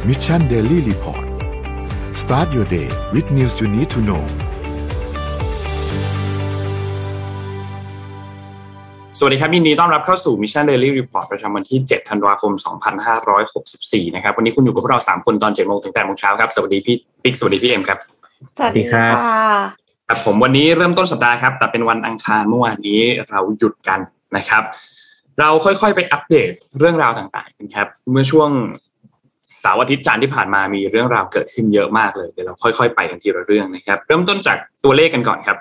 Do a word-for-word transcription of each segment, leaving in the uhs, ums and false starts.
Mission Daily Report Start your day with news you need to know สวัสดีครับยินดีต้อนรับเข้าสู่ Mission Daily Report ประจำวันที่เจ็ดธันวาคมสองพันห้าร้อยหกสิบสี่นะครับวันนี้คุณอยู่กับพวกเราสามคนตอน เจ็ดโมง ถึง แปดโมง เช้าครับสวัสดีพี่ปิ๊กสวัสดีพี่เอ็มครับสวัสดีครับครับผมวันนี้เริ่มต้นสัปดาห์ครับแต่เป็นวันอังคารเมื่อวานนี้เราหยุดกันนะครับเราค่อยๆไปอัปเดตเรื่องราวต่างๆกันครับเมื่อช่วงเสาร์อาทิตย์จันทร์ที่ผ่านมามีเรื่องราวเกิดขึ้นเยอะมากเลยเดี๋ยวเราค่อยๆไปกันทีละเรื่องนะครับเริ่มต้นจากตัวเลขกันก่อนครับ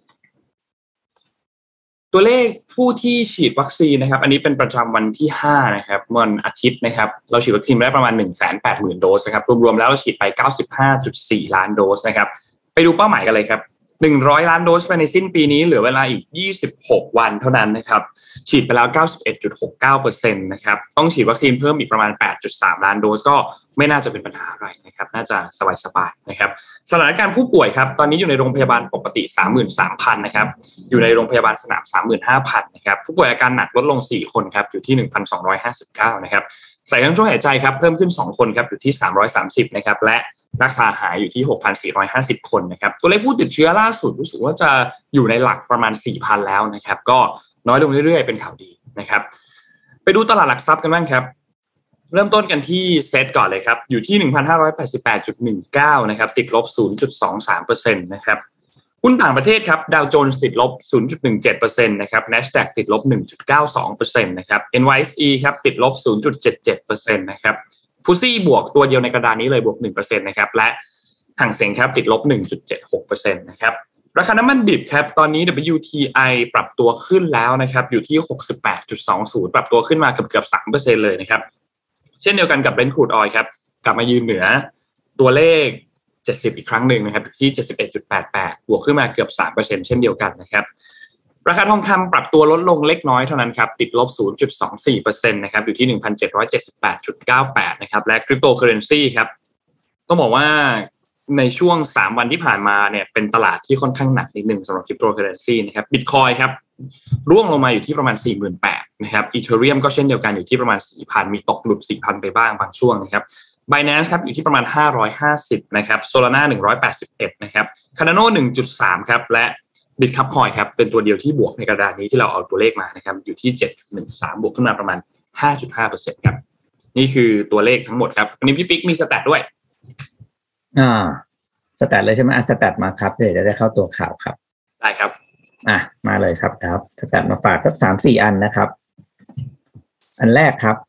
ตัวเลขผู้ที่ฉีดวัคซีนนะครับอันนี้เป็นประจำวันที่ห้านะครับวันอาทิตย์นะครับเราฉีดวัคซีนได้ประมาณ หนึ่งแสนแปดหมื่น โดสนะครับรวมๆแล้วเราฉีดไป เก้าสิบห้าจุดสี่ ล้านโดสนะครับไปดูเป้าหมายกันเลยครับหนึ่งร้อยล้านโดสภายในสิ้นปีนี้เหลือเวลาอีกยี่สิบหกวันเท่านั้นนะครับฉีดไปแล้ว เก้าสิบเอ็ดจุดหกเก้าเปอร์เซ็นต์ นะครับต้องฉีดวัคซีนเพิ่มอีกประมาณ แปดจุดสาม ล้านโดสก็ไม่น่าจะเป็นปัญหาอะไรนะครับน่าจะสบายๆนะครับสถานการณ์ผู้ป่วยครับตอนนี้อยู่ในโรงพยาบาลปกติ สามหมื่นสามพัน นะครับอยู่ในโรงพยาบาลสนาม สามหมื่นห้าพัน นะครับผู้ป่วยอาการหนักลดลงสี่คนครับอยู่ที่ หนึ่งพันสองร้อยห้าสิบเก้า นะครับใส่เครื่องช่วยหายใจครับเพิ่มขึ้นสองคนครับอยู่ที่สามร้อยสามสิบนะครับและรักษาหายอยู่ที่ หกพันสี่ร้อยห้าสิบ คนนะครับตัวเลขผู้ติดเชื้อล่าสุดรู้สึกว่าจะอยู่ในหลักประมาณ สี่พัน แล้วนะครับก็น้อยลงเรื่อยๆเป็นข่าวดีนะครับไปดูตลาดหลักทรัพย์กันบ้างครับเริ่มต้นกันที่เซตก่อนเลยครับอยู่ที่ หนึ่งพันห้าร้อยแปดสิบแปดจุดหนึ่งเก้า นะครับติดลบ ศูนย์จุดสองสามเปอร์เซ็นต์ นะครับหุ้นต่างประเทศครับดาวโจนส์ติดลบ ศูนย์จุดหนึ่งเจ็ดเปอร์เซ็นต์ นะครับ NASDAQ ติดลบ หนึ่งจุดเก้าสองเปอร์เซ็นต์ นะครับ เอ็น วาย เอส อี ครับติดลบ ศูนย์จุดเจ็ดเจ็ดเปอร์เซ็นต์ นะครับฟุตซี่บวกตัวเดียวในกระดานนี้เลยบวก หนึ่งเปอร์เซ็นต์ นะครับและห่างเส็งครับติดลบ หนึ่งจุดเจ็ดหกเปอร์เซ็นต์ นะครับราคาน้ำมันดิบครับตอนนี้ ดับเบิลยู ที ไอ ปรับตัวขึ้นแล้วนะครับอยู่ที่ หกสิบแปดจุดสองศูนย์ ปรับตัวขึ้นมาเกือบๆ สามเปอร์เซ็นต์ เลยนะครับเช่นเดียวกันกับ Brent Crude Oil ครับกลับมายืนเหนือตัวเลขเจ็ดสิบอีกครั้งหนึ่งนะครับที่ เจ็ดสิบเอ็ดจุดแปดแปด บวกขึ้นมาเกือบ สามเปอร์เซ็นต์ เช่นเดียวกันนะครับราคาทองคำปรับตัวลดลงเล็กน้อยเท่านั้นครับติดลบ ศูนย์จุดสองสี่เปอร์เซ็นต์ นะครับอยู่ที่ หนึ่งพันเจ็ดร้อยเจ็ดสิบแปดจุดเก้าแปด นะครับและคริปโตเคอเรนซีครับต้องบอกว่าในช่วงสามวันที่ผ่านมาเนี่ยเป็นตลาดที่ค่อนข้างหนักนิดนึงสำหรับคริปโตเคอเรนซีนะครับ Bitcoin ครับร่วงลงมาอยู่ที่ประมาณ สี่หมื่นแปดพัน นะครับ Ethereum ก็เช่นเดียวกันอยู่ที่ประมาณ สี่พัน มีตกหลุด สี่พัน ไปบ้างบางช่วงนะครับ Binance ครับอยู่ที่ประมาณห้าร้อยห้าสิบนะครับ Solana หนึ่งร้อยแปดสิบเอ็ดนะครับ Cardano หนึ่งจุดสาม ครับและ Bitcoin ครับเป็นตัวเดียวที่บวกในกระดานนี้ที่เราเอาตัวเลขมานะครับอยู่ที่ เจ็ดจุดหนึ่งสาม บวกขึ้นมาประมาณ ห้าจุดห้าเปอร์เซ็นต์ ครับนี่คือตัวเลขทั้งหมดครับวันนี้พี่ปิ๊กมีสแตทด้วยอ่าสแตทเลยใช่ไหมอ่ะสแตทมาครับเดี๋ยวจะได้เข้าตัวข่าวครับได้ครับอ่ะมาเลยครับครับสแตทมาฝากสัก สามสี่ อันนะครับอันแรกครับ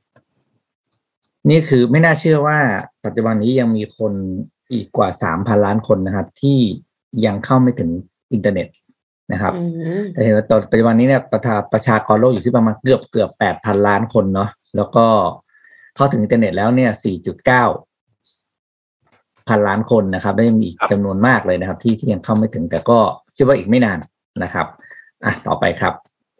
นี่คือไม่น่าเชื่อว่าปัจจุบันนี้ยังมีคนอีกกว่า สามพัน ล้านคนนะครับที่ยังเข้าไม่ถึงอินเทอร์เน็ตนะครับแต่เห็นว่าตอนปัจจุบันนี้เนี่ยประชาประชากรโลกอยู่ที่ประมาณเกือบเกือบ แปดพัน ล้านคนเนาะแล้วก็เข้าถึงอินเทอร์เน็ตแล้วเนี่ย สี่จุดเก้า พันล้านคนนะครับแล้วยังมีอีกจำนวนมากเลยนะครับที่ที่ยังเข้าไม่ถึงแต่ก็คิดว่าอีกไม่นานนะครับอ่ะต่อไปครับ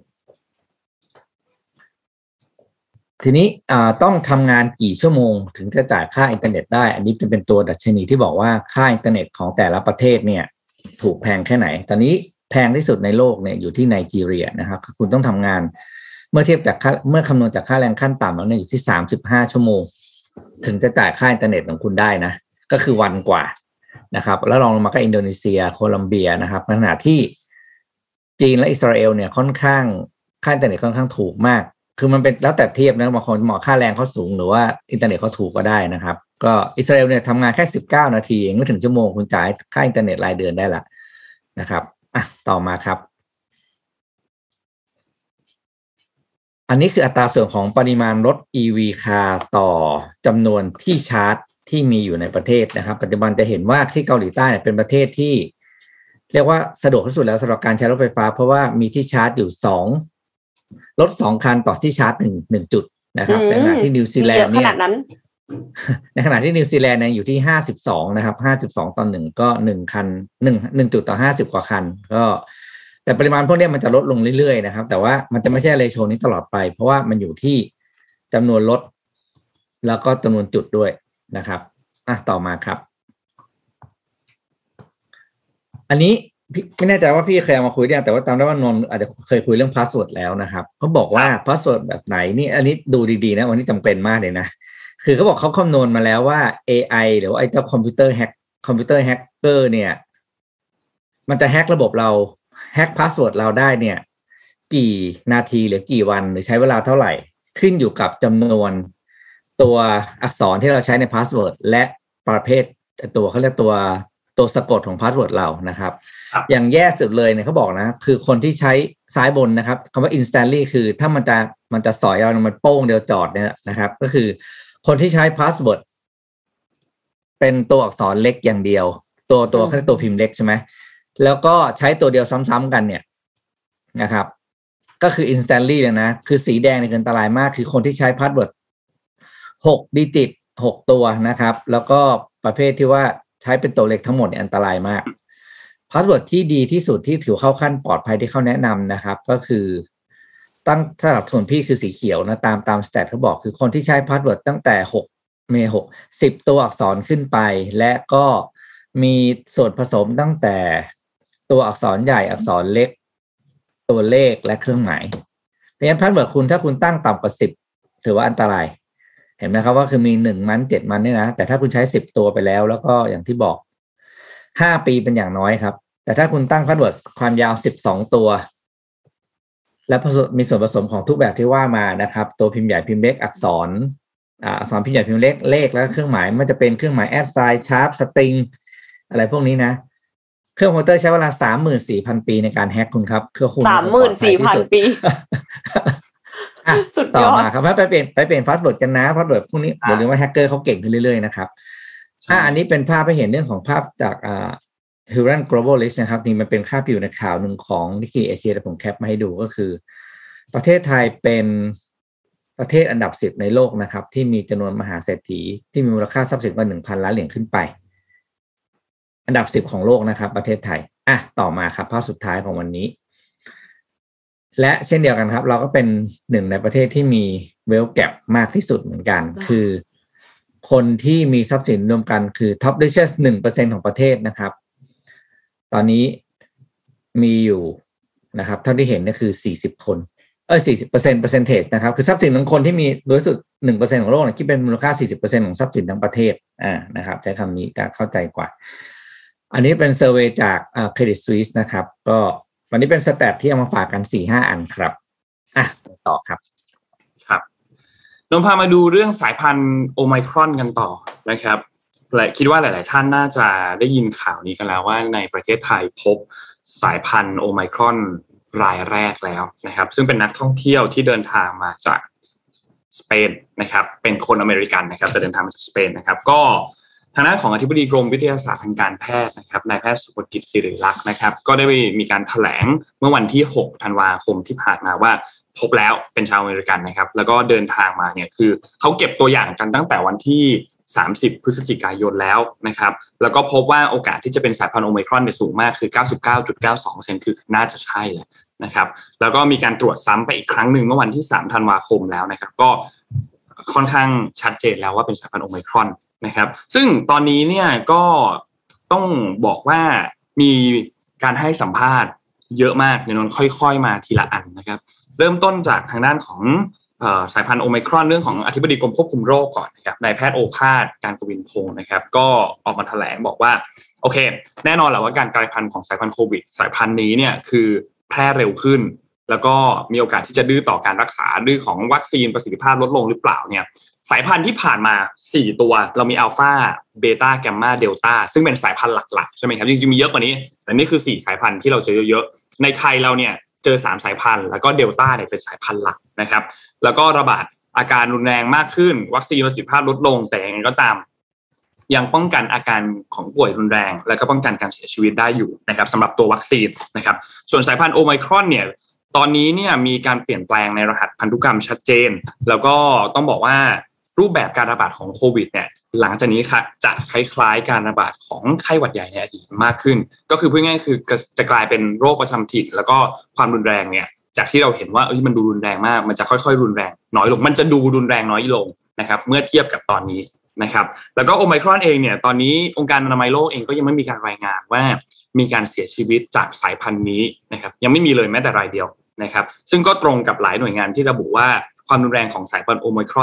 ทีนี้อ่าต้องทำงานกี่ชั่วโมงถึงจะจ่ายค่าอินเทอร์เน็ตได้อันนี้จะเป็นตัวดัชนีที่บอกว่าค่าอินเทอร์เน็ตของแต่ละประเทศเนี่ยถูกแพงแค่ไหนตอนนี้แพงที่สุดในโลกเนี่ยอยู่ที่ไนจีเรียนะครับคุณต้องทำงานเมื่อเทียบจากค่าเมื่อคำนวณจากค่าแรงขั้นต่ำแล้วเนี่ยอยู่ที่สามสิบห้าชั่วโมงถึงจะจ่ายค่าอินเทอร์เน็ตของคุณได้นะก็คือวันกว่านะครับแล้วลองลงมาก็อินโดนีเซียโคลัมเบียนะครับในขณะที่จีนและอิสราเอลเนี่ยค่อนข้างค่าอินเทอร์เน็ตค่อนข้างถูกมากคือมันเป็นแล้วแต่เทียบนะบางคนมองค่าแรงเขาสูงหรือว่าอินเทอร์เน็ตเขาถูกก็ได้นะครับก็อิสราเอลเนี่ยทำงานแค่สิบเก้านาทีเองไม่ถึงชั่วโมงคุณจ่ายค่าอินเทอร์เน็ตรายเดือนได้ละนะครับอ่ะต่อมาครับอันนี้คืออัตราส่วนของปริมาณรถ อี วี Car ต่อจำนวนที่ชาร์จที่มีอยู่ในประเทศนะครับปัจจุบันจะเห็นว่าที่เกาหลีใต้เนี่ยเป็นประเทศที่เรียกว่าสะดวกที่สุดแล้วสำหรับการใช้รถไฟฟ้าเพราะว่ามีที่ชาร์จอยู่สองรถสองคันต่อที่ชาร์จหนึ่ง หนึ่งจุดนะครับในขณะที่นิวซีแลนด์เนี่ยในขณะที่นิวซีแลนด์เนี่ยอยู่ที่ห้าสิบสองนะครับห้าสิบสองต่อหนึ่งก็หนึ่งคันหนึ่ง หนึ่งจุดต่อห้าสิบกว่าคันก็แต่ปริมาณพวกนี้มันจะลดลงเรื่อยๆนะครับแต่ว่ามันจะไม่ใช่เรโชนี้ตลอดไปเพราะว่ามันอยู่ที่จำนวนรถแล้วก็จำนวนจุดด้วยนะครับอ่ะต่อมาครับอันนี้ไม่แน่ใจว่าพี่เคยเอามาคุยเนี่ยแต่ว่าจำได้ว่านนท์อาจจะเคยคุยเรื่องพาสเวิร์ดแล้วนะครับเขาบอกว่าพาสเวิร์ดแบบไหนนี่อันนี้ดูดีๆนะวันนี้จำเป็นมากเลยนะคือเขาบอกเขาคำนวณมาแล้วว่า เอ ไอ หรือว่าไอ้เจ้าคอมพิวเตอร์แฮกคอมพิวเตอร์แฮกเกอร์เนี่ยมันจะแฮกระบบเราแฮกพาสเวิร์ดเราได้เนี่ยกี่นาทีหรือกี่วันหรือใช้เวลาเท่าไหร่ขึ้นอยู่กับจำนวนตัวอักษรที่เราใช้ในพาสเวิร์ดและประเภทตัวเขาเรียกตัวตัวสะกดของพาสเวิร์ดเรานะครับอย่างแย่สุดเลยเนี่ยเขาบอกนะคือคนที่ใช้ซ้ายบนนะครับคำว่า instantly คือถ้ามันจะมันจะสอยเรามันโป้งเดียวจอดเนี่ยนะครับก็คือคนที่ใช้พาสเวิร์ดเป็นตัวอักษรเล็กอย่างเดียวตัวตัวเขาเรียกตัวพิมพ์เล็กใช่ไหมแล้วก็ใช้ตัวเดียวซ้ำๆกันเนี่ยนะครับก็คือ instantly เลยนะคือสีแดงเนี่ยอันตรายมากคือคนที่ใช้พาสเวิร์ดหกดิจิตหกตัวนะครับแล้วก็ประเภทที่ว่าใช้เป็นตัวเล็กทั้งหมดเนี่ยอันตรายมากพาสเวิร์ดที่ดีที่สุดที่ถือเข้าขั้นปลอดภัยที่เขาแนะนำนะครับก็คือตั้งสำหรับส่วนพี่คือสีเขียวนะตามตามสแตทเขาบอกคือคนที่ใช้พาสเวิร์ดตั้งแต่หกเมหก สิบตัวอักษรขึ้นไปและก็มีส่วนผสมตั้งแต่ตัวอักษรใหญ่อักษรเล็กตัวเลขและเครื่องหมายเพราะฉะนั้นพาสเวิร์ดคุณถ้าคุณตั้งต่ำกว่าสิบถือว่าอันตรายเห็นไหมครับว่าคือมีหนึ่งมันเจ็ดมันนี่นะแต่ถ้าคุณใช้สิบตัวไปแล้วแล้วก็อย่างที่บอกห้าปีเป็นอย่างน้อยครับแต่ถ้าคุณตั้งพาสเวิร์ดความยาวสิบสองตัวและมีส่วนผสมของทุกแบบที่ว่ามานะครับตัวพิมพ์ใหญ่พิมพ์เล็กอักษรอ่าอักษรพิมพ์ใหญ่พิมพ์เล็กเลขแล้วเครื่องหมายมันจะเป็นเครื่องหมายแอดไซน์ชาร์ปสตริงอะไรพวกนี้นะเครื่องคอมพิวเตอร์ใช้เวลา สามหมื่นสี่พัน ปีในการแฮกคุณครับเครื่องคุณสามหมื่นสี่พัน ปีสุดยอดต่อมาครับไปเปลี่ยนไปเปลี่ยนพาสเวิร์ดกันนะพาสเวิร์ดพวกนี้อย่าลืมว่าแฮกเกอร์เขาเก่งขึ้นเรื่อยๆนะครับอ่าอันนี้เป็นภาพให้เห็นเรื่องของภาพจากอ่า Huron Global List นะครับนี่มันเป็นภาพอยู่ในข่าวหนึ่งของนิกกี้เอเชียแต่ผมแคปมาให้ดูก็คือประเทศไทยเป็นประเทศอันดับสิบในโลกนะครับที่มีจำนวนมหาเศรษฐีที่มีมูลค่าทรัพย์สินกว่า หนึ่งพัน ล้านเหรียญขึ้นไปอันดับสิบของโลกนะครับประเทศไทยอ่ะต่อมาครับภาพสุดท้ายของวันนี้และเช่นเดียวกันครับเราก็เป็นหนึ่งในประเทศที่มีเวลแกปมากที่สุดเหมือนกันคือคนที่มีทรัพย์สินรวมกันคือท็อปริชเชส หนึ่งเปอร์เซ็นต์ ของประเทศนะครับตอนนี้มีอยู่นะครับเท่าที่เห็นก็คือสี่สิบคนเออ สี่สิบเปอร์เซ็นต์ percentage นะครับคือทรัพย์สินของคนที่มีโดยสุด หนึ่งเปอร์เซ็นต์ ของโลกเนี่ยคิดเป็นมูลค่า สี่สิบเปอร์เซ็นต์ ของทรัพย์สินทั้งประเทศอ่านะครับใช้คำนี้จะเข้าใจกว่าอันนี้เป็นเซอร์เวย์จากอ่า Credit Suisse นะครับก็วันนี้เป็นสแตทที่เอามาฝากกัน สี่ห้า อันครับอ่ะต่อครับครับนนพามาดูเรื่องสายพันธุ์โอไมครอนกันต่อนะครับและคิดว่าหลายๆท่านน่าจะได้ยินข่าวนี้กันแล้วว่าในประเทศไทยพบสายพันธุ์โอไมครอนรายแรกแล้วนะครับซึ่งเป็นนักท่องเที่ยวที่เดินทางมาจากสเปนนะครับเป็นคนอเมริกันนะครับแต่เดินทางมาจากสเปนนะครับก็ทางด้านของอธิบดีกรมวิทยาศาสตร์ทางการแพทย์นะครับนายแพทย์สุภกิจศิริลักษณ์นะครับก็ได้มีการแถลงเมื่อวันที่หกธันวาคมที่ผ่านมาว่าพบแล้วเป็นชาวอเมริกันนะครับแล้วก็เดินทางมาเนี่ยคือเขาเก็บตัวอย่างกันตั้งแต่วันที่สามสิบพฤศจิกายนแล้วนะครับแล้วก็พบว่าโอกาสที่จะเป็นสายพันธุ์โอไมครอนเนี่ยสูงมากคือ เก้าสิบเก้าจุดเก้าสองเปอร์เซ็นต์ คือน่าจะใช่แหละนะครับแล้วก็มีการตรวจซ้ำไปอีกครั้งหนึ่งเมื่อวันที่สามธันวาคมแล้วนะครับก็ค่อนข้างชัดเจนแล้วว่าเป็นสายพันธุ์โอไมครอนนะครับซึ่งตอนนี้เนี่ยก็ต้องบอกว่ามีการให้สัมภาษณ์เยอะมากในนนค่อยๆมาทีละอันนะครับเริ่มต้นจากทางด้านของเอ่อสายพันธุ์โอไมครอนเรื่องของอธิบดีกรมควบคุมโรคก่อนนะครับนายแพทย์โอภาสการกวินพงศ์นะครับก็ออกมาแถลงบอกว่าโอเคแน่นอนแหละว่าการกลายพันธุ์ของสายพันธุ์โควิดสายพันธุ์นี้เนี่ยคือแพร่เร็วขึ้นแล้วก็มีโอกาสที่จะดื้อต่อการรักษาดื้อของวัคซีนประสิทธิภาพลดลงหรือเปล่าเนี่ยสายพันธุ์ที่ผ่านมาสี่ตัวเรามีอัลฟาเบต้าแกมมาเดลต้าซึ่งเป็นสายพันธุ์หลักๆใช่ไหมครับจริงๆมีเยอะกว่านี้แต่นี่คือสี่สายพันธุ์ที่เราเจอเยอะๆในไทยเราเนี่ยเจอสามสายพันธุ์แล้วก็เดลต้าเนี่ยเป็นสายพันธุ์หลักนะครับแล้วก็ระบาดอาการรุนแรงมากขึ้นวัคซีนประสิทธิภาพลดลงแต่ยังไงก็ตามยังป้องกันอาการของป่วยรุนแรงและก็ป้องกันการเสียชีวิตได้อยู่นะครับสำหรับตัววัคซีนนะครับส่วนสายพันธุ์โอไมครอนเนี่ยตอนนี้เนี่ยมีการเปลี่ยนแปลงในรหัสพันธุกรรมชัดเจนแล้วก็ต้องบอกว่ารูปแบบการระบาดของโควิดเนี่ยหลังจากนี้ค่ะจะคล้ายๆการระบาดของไข้หวัดใหญ่ในอดีตมากขึ้นก็คือพูดง่ายๆคือจะกลายเป็นโรคประจำถิ่นแล้วก็ความรุนแรงเนี่ยจากที่เราเห็นว่าเอ้ยมันดูรุนแรงมากมันจะค่อยๆรุนแรงน้อยลงมันจะดูรุนแรงน้อยลงนะครับเมื่อเทียบกับตอนนี้นะครับแล้วก็โอไมครอนเองเนี่ยตอนนี้องค์การอนามัยโลกเองก็ยังไม่มีการรายงานว่ามีการเสียชีวิตจากสายพันธุ์นี้นะครับยังไม่มีเลยแม้แต่รายเดียวนะครับซึ่งก็ตรงกับหลายหน่วยงานที่ระบุว่าความรุนแรงของสายพันธุ์โอไมครอนเนี่ย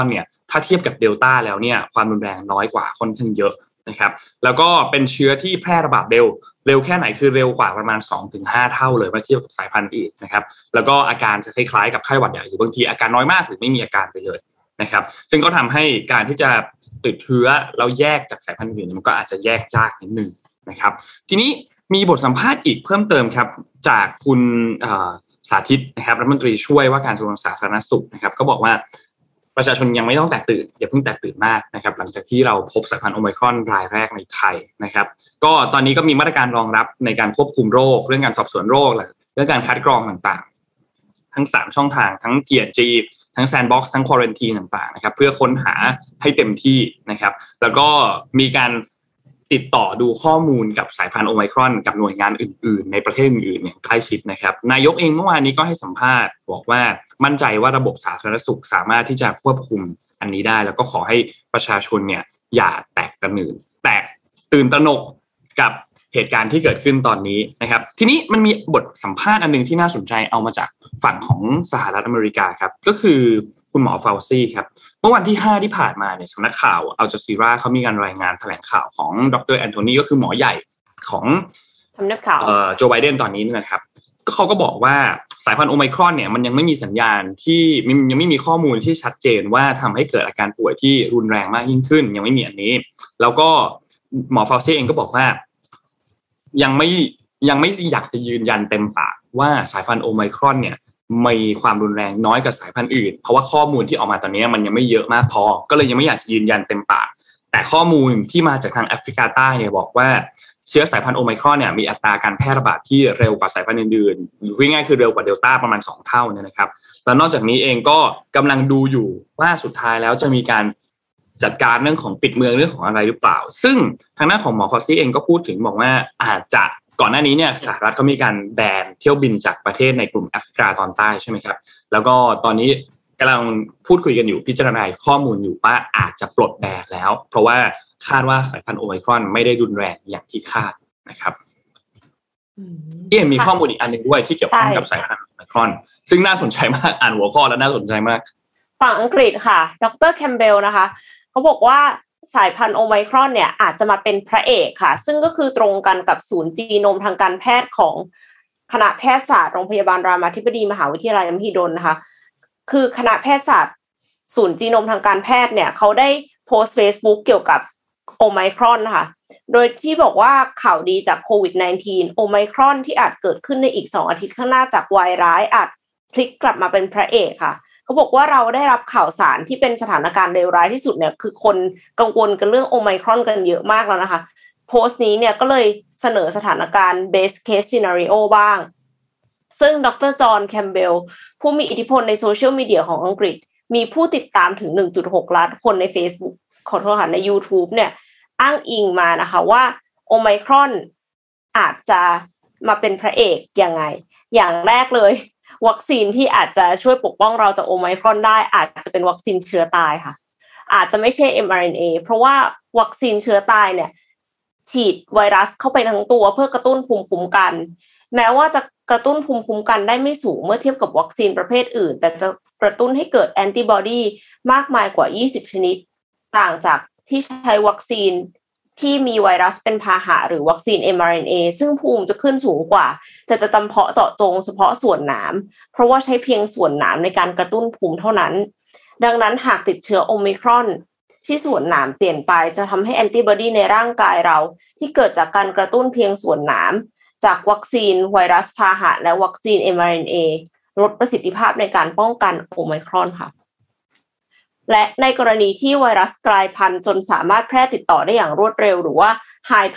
ถ้าเทียบกับเดลต้าแล้วเนี่ยความรุนแรงน้อยกว่าค่อนข้างเยอะนะครับแล้วก็เป็นเชื้อที่แพร่ระบาดเร็วเร็วแค่ไหนคือเร็วกว่าประมาณ สองถึงห้า เท่าเลยเมื่อเทียบกับสายพันธุ์อื่นนะครับแล้วก็อาการจะคล้ายๆกับไข้หวัดใหญ่หรือบางทีอาการน้อยมากหรือไม่มีอาการไปเลยนะครับซึ่งก็ทำให้การที่จะติดเชื้อแล้วแยกจากสายพันธุ์อื่นมันก็อาจจะแยกยากนิดนึงนะครับทีนี้มีบทสัมภาษณ์อีกเพิ่มเติมครับจากคุณสาธิตนะครับรัฐมนตรีช่วยว่าการกระทรวงสาธารณสุขนะครับก็บอกว่าประชาชนยังไม่ต้องแตกตื่นอย่าเพิ่งแตกตื่นมากนะครับหลังจากที่เราพบสายพันธุ์โอไมครอนรายแรกในไทยนะครับก็ตอนนี้ก็มีมาตรการรองรับในการควบคุมโรคเรื่องการสอบสวนโรคเรื่องการคัดกรองต่างๆทั้งสามช่องทางทั้ง ที เอ จี ทั้ง Sandbox ทั้ง Quarantine ต่างๆนะครับเพื่อค้นหาให้เต็มที่นะครับแล้วก็มีการติดต่อดูข้อมูลกับสายพันธุ์โอไมครอนกับหน่วยงานอื่นๆในประเทศอื่นๆอย่างใกล้ชิดนะครับนายกเองเมื่อวานนี้ก็ให้สัมภาษณ์บอกว่ามั่นใจว่าระบบสาธารณสุขสามารถที่จะควบคุมอันนี้ได้แล้วก็ขอให้ประชาชนเนี่ยอย่าแตกตื่นแตกตื่นตระหนกกับเหตุการณ์ที่เกิดขึ้นตอนนี้นะครับทีนี้มันมีบทสัมภาษณ์อันนึงที่น่าสนใจเอามาจากฝั่งของสหรัฐอเมริกาครับก็คือคุณหมอฟาวซี่ครับเมื่อวันที่ห้าที่ผ่านมาเนี่ยสำนักข่าวอัลจาซีราเขามีการรายงานแถลงข่าวของดรแอนโทนีก็คือหมอใหญ่ของสำนักข่าวเอ่อโจไบเดนตอนนี้นะครับก็เขาก็บอกว่าสายพันธุ์โอไมครอนเนี่ยมันยังไม่มีสัญญาณที่ยังไม่มีข้อมูลที่ชัดเจนว่าทำให้เกิดอาการป่วยที่รุนแรงมากยิ่งขึ้นยังไม่มีอันนี้แล้วก็หมอฟาวซี่เองก็บอกว่ายังไม่ยังไม่อยากจะยืนยันเต็มปากว่าสายพันธุ์โอไมครอนเนี่ยมีความรุนแรงน้อยกว่าสายพันธุ์อื่นเพราะว่าข้อมูลที่ออกมาตอนนี้มันยังไม่เยอะมากพอก็เลยยังไม่อยากจะยืนยันเต็มปากแต่ข้อมูลที่มาจากทางแอฟริกาใต้เนี่ยบอกว่าเชื้อสายพันธุ์โอไมครอนเนี่ยมีอัตราการแพร่ระบาดที่เร็วกว่าสายพันธุ์อื่นๆหรือง่ายๆคือเร็วกว่าเดลต้าประมาณสองเท่าเนี่ยนะครับแล้วนอกจากนี้เองก็กำลังดูอยู่ว่าสุดท้ายแล้วจะมีการจัดการเรื่องของปิดเมืองเรื่องของอะไรหรือเปล่าซึ่งทางด้านของหมอฟอซี่เองก็พูดถึงบอกว่าอาจจะก่อนหน้านี้เนี่ยสหรัฐก็มีการแบนเที่ยวบินจากประเทศในกลุ่มแอฟริกาตอนใต้ใช่ไหมครับแล้วก็ตอนนี้กำลังพูดคุยกันอยู่พิจารณาข้อมูลอยู่ว่าอาจจะปลดแบนแล้วเพราะว่าคาดว่าสายพันธุ์โอไมครอนไม่ได้รุนแรงอย่างที่คาดนะครับเอี่ยมีข้อมูลอีกอันนึงด้วยที่เกี่ยวข้องกับสายพันธุ์โอไมครอนซึ่งน่าสนใจมากอ่านหัวข้อแล้วน่าสนใจมากฝั่งอังกฤษค่ะดร.แคมเบลนะคะเขาบอกว่าสายพันธุ์โอไมครอนเนี่ยอาจจะมาเป็นพระเอกค่ะซึ่งก็คือตรงกันกับศูนย์จีโนมทางการแพทย์ของคณะแพทยศาสตร์โรงพยาบาลรามาธิบดีมหาวิทยาลัยมหิดลนะคะคือคณะแพทยศาสตร์ศูนย์จีโนมทางการแพทย์เนี่ยเขาได้โพสต์ Facebook เกี่ยวกับโอไมครอนนะคะโดยที่บอกว่าข่าวดีจากโควิด สิบเก้า โอไมครอนที่อาจเกิดขึ้นในอีกสองอาทิตย์ข้างหน้าจากวายร้ายอาจพลิกกลับมาเป็นพระเอกค่ะเขาบอกว่าเราได้รับข่าวสารที่เป็นสถานการณ์เลวร้ายที่สุดเนี่ยคือคนกังวลกันเรื่องโอไมครอนกันเยอะมากแล้วนะคะโพสต์นี้เนี่ยก็เลยเสนอสถานการณ์ best case scenario บ้างซึ่งดร.จอห์นแคมเบลผู้มีอิทธิพลในโซเชียลมีเดียของอังกฤษมีผู้ติดตามถึง หนึ่งจุดหก ล้านคนใน Facebook ขอโทษค่ะใน YouTube เนี่ยอ้างอิงมานะคะว่าโอไมครอนอาจจะมาเป็นพระเอกยังไงอย่างแรกเลยวัคซีนที่อาจจะช่วยปกป้องเราจากโอไมครอนได้อาจจะเป็นวัคซีนเชื้อตายค่ะอาจจะไม่ใช่ เอ็ม อาร์ เอ็น เอ เพราะว่าวัคซีนเชื้อตายเนี่ยฉีดไวรัสเข้าไปทั้งตัวเพื่อกระตุ้นภูมิคุ้มกันแม้ว่าจะกระตุ้นภูมิคุ้มกันได้ไม่สูงเมื่อเทียบกับวัคซีนประเภทอื่นแต่จะกระตุ้นให้เกิดแอนติบอดีมากมายกว่ายี่สิบชนิดต่างจากที่ใช้วัคซีนที่มีไวรัสเป็นพาหะหรือวัคซีน เอ็ม อาร์ เอ็น เอ ซึ่งภูมิจะขึ้นสูงกว่าแต่จะจำเพาะเจาะจงเฉพาะส่วนหนามเพราะว่าใช้เพียงส่วนหนามในการกระตุ้นภูมิเท่านั้นดังนั้นหากติดเชื้อโอไมครอนที่ส่วนหนามเปลี่ยนไปจะทำให้แอนติบอดีในร่างกายเราที่เกิดจากการกระตุ้นเพียงส่วนหนามจากวัคซีนไวรัสพาหะและวัคซีน เอ็ม อาร์ เอ็น เอ ลดประสิทธิภาพในการป้องกันโอไมครอนค่ะและในกรณีที่ไวรัสกลายพันธุ์จนสามารถแพร่ติดต่อได้อย่างรวดเร็วหรือว่า high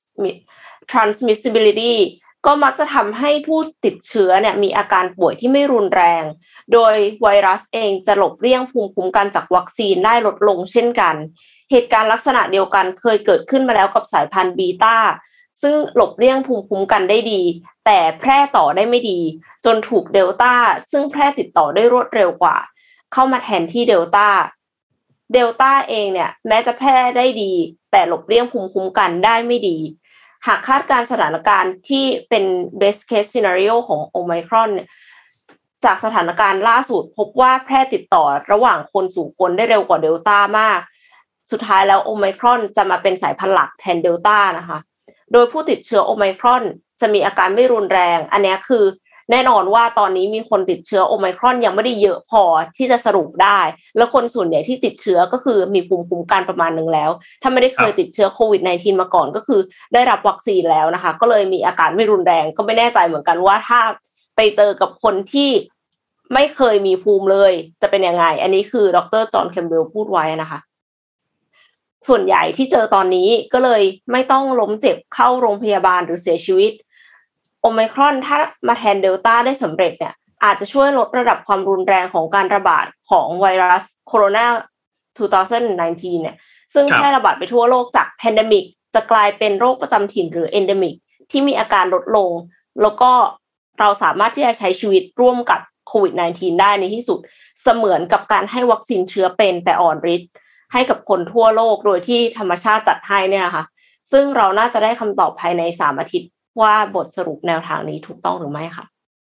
transmissibility ก็มักจะทำให้ผู้ติดเชื้อเนี่ยมีอาการป่วยที่ไม่รุนแรงโดยไวรัสเองจะหลบเลี่ยงภูมิคุ้มกันจากวัคซีนได้ลดลงเช่นกันเหตุการณ์ลักษณะเดียวกันเคยเกิดขึ้นมาแล้วกับสายพันธุ์บีต้าซึ่งหลบเลี่ยงภูมิคุ้มกันได้ดีแต่แพร่ต่อได้ไม่ดีจนถูกเดลต้าซึ่งแพร่ติดต่อได้รวดเร็วกว่าเข้ามาแทนที่เดลต้าเดลต้าเองเนี่ยแม้จะแพร่ได้ดีแต่หลบเลี่ยงภูมิคุ้มกันได้ไม่ดีหากคาดการณ์สถานการณ์ที่เป็น best case scenario ของโอไมครอนเนี่ยจากสถานการณ์ล่าสุดพบว่าแพร่ติดต่อระหว่างคนสู่คนได้เร็วกว่าเดลต้ามากสุดท้ายแล้วโอไมครอนจะมาเป็นสายพันธุ์หลักแทนเดลต้านะคะโดยผู้ติดเชื้อโอไมครอนจะมีอาการไม่รุนแรงอันนี้คือแน่นอนว่าตอนนี้มีคนติดเชื้อโอไมครอนยังไม่ได้เยอะพอที่จะสรุปได้แล้วคนส่วนใหญ่ที่ติดเชื้อก็คือมีภูมิคุ้มกันประมาณนึงแล้วถ้าไม่ได้เคยติดเชื้อโควิด สิบเก้า มาก่อนก็คือได้รับวัคซีนแล้วนะคะก็เลยมีอาการไม่รุนแรงก็ไม่แน่ใจเหมือนกันว่าถ้าไปเจอกับคนที่ไม่เคยมีภูมิเลยจะเป็นยังไงอันนี้คือดร.จอห์น แคมเบลพูดไว้นะคะส่วนใหญ่ที่เจอตอนนี้ก็เลยไม่ต้องล้มเจ็บเข้าโรงพยาบาลหรือเสียชีวิตโอไมครอนถ้ามาแทนเดลต้าได้สำเร็จเนี่ยอาจจะช่วยลดระดับความรุนแรงของการระบาดของไวรัสโคโรนา สองพันสิบเก้า เนี่ยซึ่งแพร่ระบาดไปทั่วโลกจากแพนเดมิกจะกลายเป็นโรคประจำถิ่นหรือเอนเดมิกที่มีอาการลดลงแล้วก็เราสามารถที่จะใช้ชีวิตร่วมกับโควิด สิบเก้า ได้ในที่สุดเสมือนกับการให้วัคซีนเชื้อเป็นแต่อ่อนฤทธิ์ให้กับคนทั่วโลกโดยที่ธรรมชาติจัดให้เนี่ยนะคะซึ่งเราน่าจะได้คำตอบภายในสามอาทิตย์ว่าบทสรุปแนวทางนี้ถูกต้องหรือไม่ค่ะ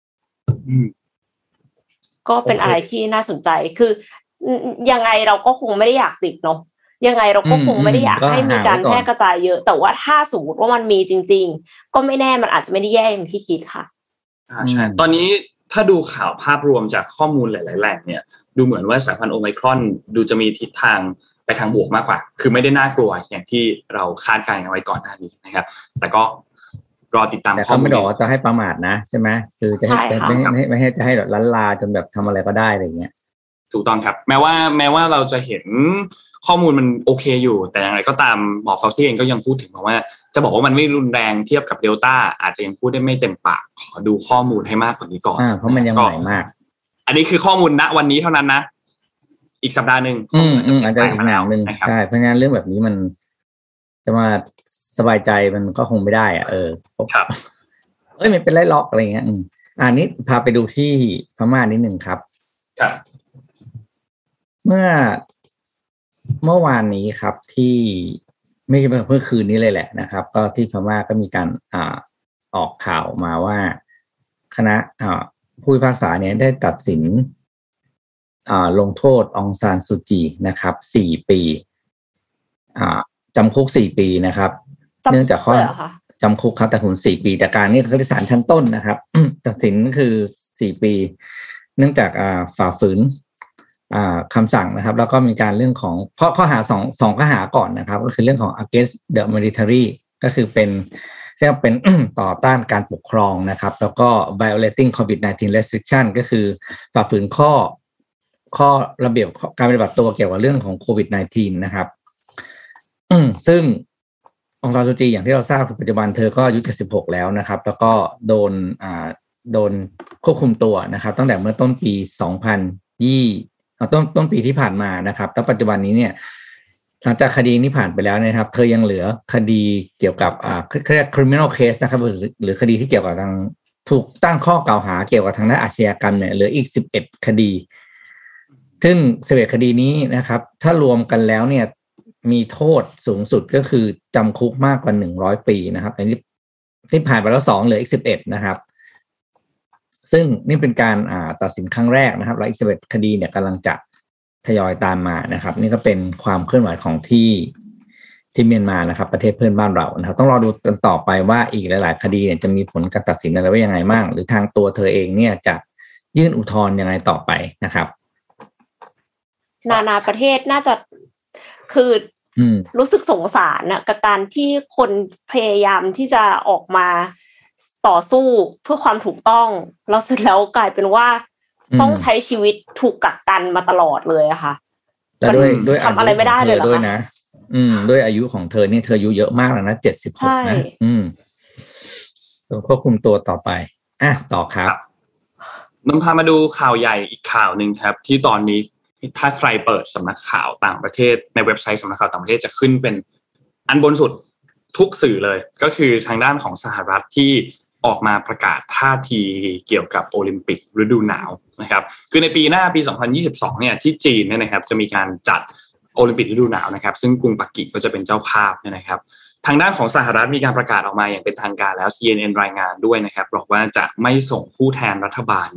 ก็เป็นอะไรที่น่าสนใจคือยังไงเราก็คงไม่ได้อยากติดเนาะยังไงเราก็คงไม่ได้อยากให้มีการแพร่กระจายเยอะแต่ว่าถ้าสมมติว่ามันมีจริงๆก็ไม่แน่มันอาจจะไม่ได้แย่อย่างที่คิดค่ะอ่าใช่ตอนนี้ถ้าดูข่าวภาพรวมจากข้อมูลหลายๆแหล่งเนี่ยดูเหมือนว่าสายพันธุ์โอไมครอนดูจะมีทิศทางไปทางบวกมากกว่าคือไม่ได้น่ากลัวอย่างที่เราคาดการณ์เอาไว้ก่อนหน้านี้นะครับแต่ก็รอติดตามข้อมูลแต่เขาไม่บอกว่าจะให้ประมาทนะใช่ไหมคือจะให้ไม่ให้ไม่ให้จะให้แบบล้านลาจนแบบทำอะไรก็ได้อะไรเงี้ยถูกต้องครับแม้ว่าแม้ว่าเราจะเห็นข้อมูลมันโอเคอยู่แต่อย่างไรก็ตามหมอฟาวซี่เองก็ยังพูดถึงว่าจะบอกว่ามันไม่รุนแรงเทียบกับเดลต้าอาจจะยังพูดได้ไม่เต็มปากขอดูข้อมูลให้มากกว่านี้ก่อนอ่าเพราะมันยังใหม่มากอันนี้คือข้อมูลณวันนี้เท่านั้นนะอีกสัปดาห์นึงอืมอืมอาจจะอีกแนวนึงใช่เพราะงั้นเรื่องแบบนี้มันจะมาสบายใจมันก็คงไม่ได้อ่ะเออครับเอ้ยมันเป็นไรล็อกอะไรเงี้ยอืมอันนี้พาไปดูที่พม่านิดนึงครับครับเมื่อเมื่อวานนี้ครับที่ไม่ใช่เมื่อคืนนี้เลยแหละนะครับก็ที่พม่าก็มีการอ่าออกข่าวมาว่าคณะอ่าผู้พิพากษาเนี่ยได้ตัดสินอ่าลงโทษองซานซูจีนะครับสี่ปีอ่าจำคุกสี่ปีนะครับเนื่องจากข้อจำคุกครับแต่หุ่นสี่ปีแต่การนี่คือศาลชั้นต้นนะครับ ตัดสินคือสี่ปีเนื่องจากอ่าฝ่าฝืนอ่าคำสั่งนะครับแล้วก็มีการเรื่องของข้อข้อหาสองสองข้อหาก่อนนะครับก็คือเรื่องของ against the military ก็คือเป็นเรียกเป็น ต่อต้านการปกครองนะครับแล้วก็ violating โควิด สิบเก้า restriction ก็คือฝ่าฝืนข้อข้อระเบียบการปฏิบัติตัวเกี่ยวกับเรื่องของโควิด สิบเก้า นะครับซึ่งองซานซูจีอย่างที่เราทราบคือปัจจุบันเธอก็อายุเจ็ดสิบหกแล้วนะครับแล้วก็โดนอ่าโดนควบคุมตัวนะครับตั้งแต่เมื่อต้นปีสองพันยี่สิบต้นต้นปีที่ผ่านมานะครับแล้วปัจจุบันนี้เนี่ยหลังจากคดีนี้ผ่านไปแล้วนะครับเธอยังเหลือคดีเกี่ยวกับอ่าเรียก criminal case นะครับหรือหรือคดีที่เกี่ยวกับทางถูกตั้งข้อกล่าวหาเกี่ยวกับทางด้านอาชญากรรมเนี่ยเหลืออีกสิบเอ็ดคดีซึ่งสิบเอ็ดคดีนี้นะครับถ้ารวมกันแล้วเนี่ยมีโทษสูงสุดก็คือจำคุกมากกว่าหนึ่งร้อยปีนะครับอันนี้ที่ผ่านไปแล้วสองเหลืออีกสิบเอ็ดนะครับซึ่งนี่เป็นการอ่าตัดสินครั้งแรกนะครับแล้วอีกสิบเอ็ดคดีเนี่ยกำลังจะทยอยตามมานะครับนี่ก็เป็นความเคลื่อนไหวของที่ที่เมียนมานะครับประเทศเพื่อนบ้านเรานะครับต้องรอดูกันต่อไปว่าอีกหลายๆคดีเนี่ยจะมีผลการตัดสินอะไรไว้ยังไงบ้างหรือทางตัวเธอเองเนี่ยจะยื่นอุทธรณ์ยังไงต่อไปนะครับนานาประเทศน่าจะคือรู้สึกสงสารนะกับการที่คนพยายามที่จะออกมาต่อสู้เพื่อความถูกต้องแล้วเสร็จแล้วกลายเป็นว่าต้องใช้ชีวิตถูกกักกันมาตลอดเลยอะค่ะแล้วด้วยด้วยทำอะไรไม่ได้เลยเหรอคะนะอืมด้วยอายุของเธอเนี่ยเธออายุเยอะมากแล้วนะเจ็ดสิบหกนะอืมต้องควบคุมตัวต่อไปอ่ะต่อครับนำพามาดูข่าวใหญ่อีกข่าวนึงครับที่ตอนนี้ถ้าใครเปิดสำนักข่าวต่างประเทศในเว็บไซต์สำนักข่าวต่างประเทศจะขึ้นเป็นอันบนสุดทุกสื่อเลยก็คือทางด้านของสหรัฐที่ออกมาประกาศท่าทีเกี่ยวกับโอลิมปิกฤดูหนาวนะครับคือในปีหน้าปีสองพันยี่สิบสองเนี่ยที่จีนเนี่ยนะครับจะมีการจัดโอลิมปิกฤดูหนาวนะครับซึ่งกรุงปักกิ่งก็จะเป็นเจ้าภาพเนี่ยนะครับทางด้านของสหรัฐมีการประกาศออกมาอย่างเป็นทางการแล้ว ซี เอ็น เอ็น รายงานด้วยนะครับบอกว่าจะไม่ส่งผู้แทนรัฐบาลเนี่ย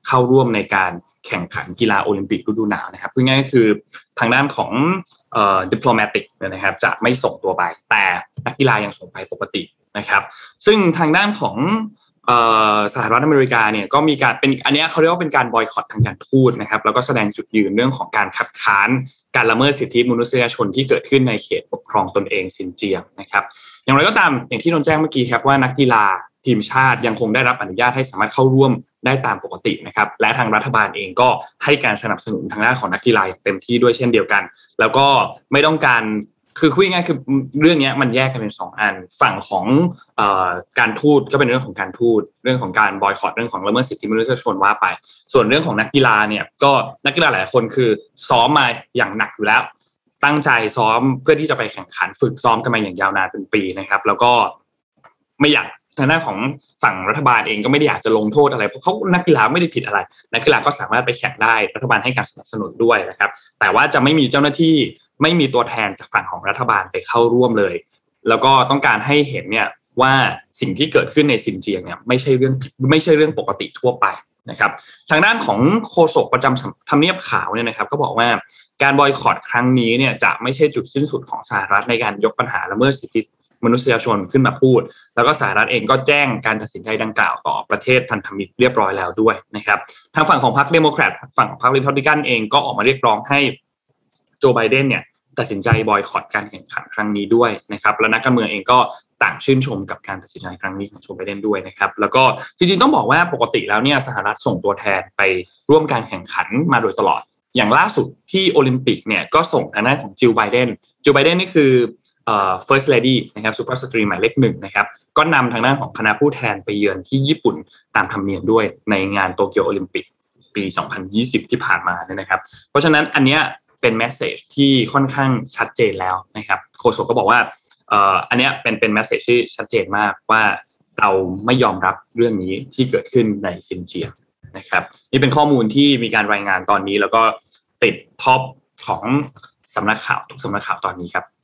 เข้าร่วมในการแข่งขันกีฬาโอลิมปิกฤดูหนาวนะครับพูดง่ายๆก็คือทางด้านของเอ่อ diplomatic นะครับจะไม่ส่งตัวไปแต่นักกีฬายังส่งไปปกตินะครับซึ่งทางด้านของเอ่อสหรัฐอเมริกาเนี่ยก็มีการเป็นอันนี้เขาเรียกว่าเป็นการบอยคอตทางการทูตนะครับแล้วก็แสดงจุดยืนเรื่องของการคัดค้านการละเมิดสิทธิมนุษยชนที่เกิดขึ้นในเขตปกครองตนเองซินเจียงนะครับอย่างไรก็ตามอย่างที่นนท์แจ้งเมื่อกี้ครับว่านักกีฬาทีมชาติยังคงได้รับอนุญาตให้สามารถเข้าร่วมได้ตามปกตินะครับและทางรัฐบาลเองก็ให้การสนับสนุนทางด้านของนักกีฬาอย่างเต็มที่ด้วยเช่นเดียวกันแล้วก็ไม่ต้องการคือคุยง่ายคือเรื่องนี้มันแยกกันเป็นสองอันฝั่งของเอ่อการทูตก็เป็นเรื่องของการทูตเรื่องของการบอยคอตเรื่องของละเมิดสิทธิมนุษยชนว่าไปส่วนเรื่องของนักกีฬาเนี่ยก็นักกีฬาหลายคนคือซ้อมมาอย่างหนักอยู่แล้วตั้งใจซ้อมเพื่อที่จะไปแข่งขันฝึกซ้อมกันมาอย่างยาวนานเป็นปีนะครับแล้วก็ไม่อยากทางด้านของฝั่งรัฐบาลเองก็ไม่ได้อยากจะลงโทษอะไรเพราะเขานักกีฬาไม่ได้ผิดอะไรนักกีฬาก็สามารถไปแข่งได้รัฐบาลให้การสนับสนุนด้วยนะครับแต่ว่าจะไม่มีเจ้าหน้าที่ไม่มีตัวแทนจากฝั่งของรัฐบาลไปเข้าร่วมเลยแล้วก็ต้องการให้เห็นเนี่ยว่าสิ่งที่เกิดขึ้นในซินเจียงเนี่ยไม่ใช่เรื่องไม่ใช่เรื่องปกติทั่วไปนะครับทางด้านของโฆษกประจำทำเนียบขาวเนี่ยนะครับก็บอกว่าการบอยคอตครั้งนี้เนี่ยจะไม่ใช่จุดสิ้นสุดของสหรัฐในการยกปัญหาละเมิดสิทธิมนุษยชนขึ้นมาพูดแล้วก็สหรัฐเองก็แจ้งการตัดสินใจดังกล่าวต่อประเทศพันธมิตรเรียบร้อยแล้วด้วยนะครับทางฝั่งของพรรคเดโมแครตฝั่งของพรรครีพับลิกันเองก็ออกมาเรียกร้องให้โจไบเดนเนี่ยตัดสินใจบอยคอตการแข่งขันครั้งนี้ด้วยนะครับและนักการเมืองเองก็ต่างชื่นชมกับการตัดสินใจครั้งนี้ของโจไบเดนด้วยนะครับแล้วก็จริงๆต้องบอกว่าปกติแล้วเนี่ยสหรัฐส่งตัวแทนไปร่วมการแข่งขันมาโดยตลอดอย่างล่าสุดที่โอลิมปิกเนี่ยก็ส่งทางด้านของจิลไบเดนจิลไบเดนนี่คือเอ่อ first lady นะครับสุภาพสตรีหมายเลขหนึ่งนะครับก็นำทางด้านของคณะผู้แทนไปเยือนที่ญี่ปุ่นตามธรรมเนียมด้วยในงานโตเกียวโอลิมปิกปีสองพันยี่สิบที่ผ่านมาเนี่ยนะครับเพราะฉะนั้นอันเนี้ยเป็นเมสเสจที่ค่อนข้างชัดเจนแล้วนะครับโฆษกก็บอกว่าเอ่ออันเนี้ยเป็นเป็นเมสเสจที่ชัดเจนมากว่าเราไม่ยอมรับเรื่องนี้ที่เกิดขึ้นในซินเจียงนะครับนี่เป็นข้อมูลที่มีการรายงานตอนนี้แล้วก็ติดท็อปของสำนักข่าวทุกสำนักข่าวตอนนี้ครับ